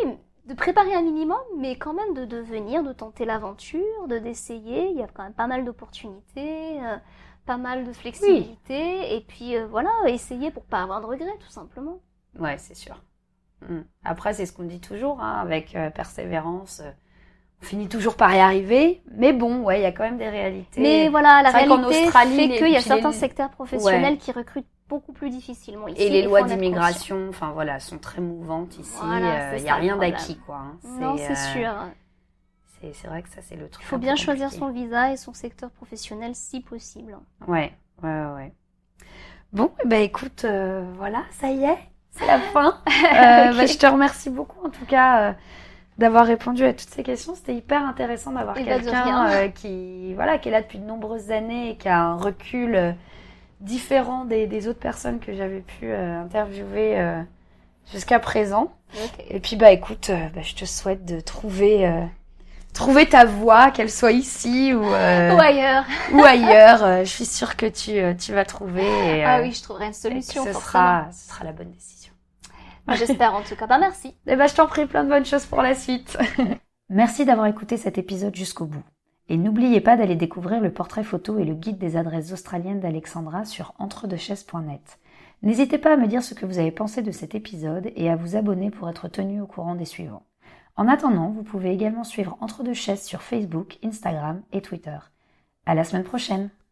de préparer un minimum, mais quand même de, de venir, de tenter l'aventure, de d'essayer. Il y a quand même pas mal d'opportunités, euh, pas mal de flexibilité, oui. Et puis euh, voilà, essayer pour pas avoir de regrets, tout simplement. Ouais, c'est sûr. Après, c'est ce qu'on dit toujours, hein, avec euh, persévérance, euh, on finit toujours par y arriver, mais bon, ouais, il y a quand même des réalités. Mais voilà, la c'est réalité fait qu'il y a certains les... secteurs professionnels ouais. qui recrutent beaucoup plus difficilement ici. Et les lois d'immigration, enfin voilà, sont très mouvantes ici. Il voilà, n'y euh, a rien d'acquis, quoi. Hein. Non, c'est euh, sûr. C'est, c'est vrai que ça, c'est le truc. Il faut bien choisir son visa et son secteur professionnel si possible. Ouais, ouais, ouais. Bon, bah écoute, euh, voilà, ça y est. C'est la fin. Euh, okay. bah, je te remercie beaucoup en tout cas euh, d'avoir répondu à toutes ces questions. C'était hyper intéressant d'avoir et quelqu'un euh, qui voilà qui est là depuis de nombreuses années et qui a un recul euh, différent des, des autres personnes que j'avais pu euh, interviewer euh, jusqu'à présent. Okay. Et puis bah écoute, euh, bah, je te souhaite de trouver euh, trouver ta voie, qu'elle soit ici ou euh, ou ailleurs. ou ailleurs. Euh, je suis sûre que tu euh, tu vas trouver. Et, euh, ah oui, je trouverai une solution. Ce forcément. sera ce sera la bonne décision. J'espère en tout cas. Bah merci. Eh ben, je t'en prie, plein de bonnes choses pour la suite. Merci d'avoir écouté cet épisode jusqu'au bout. Et n'oubliez pas d'aller découvrir le portrait photo et le guide des adresses australiennes d'Alexandra sur entre deux chaises point net. N'hésitez pas à me dire ce que vous avez pensé de cet épisode et à vous abonner pour être tenu au courant des suivants. En attendant, vous pouvez également suivre Entre deux chaises sur Facebook, Instagram et Twitter. À la semaine prochaine.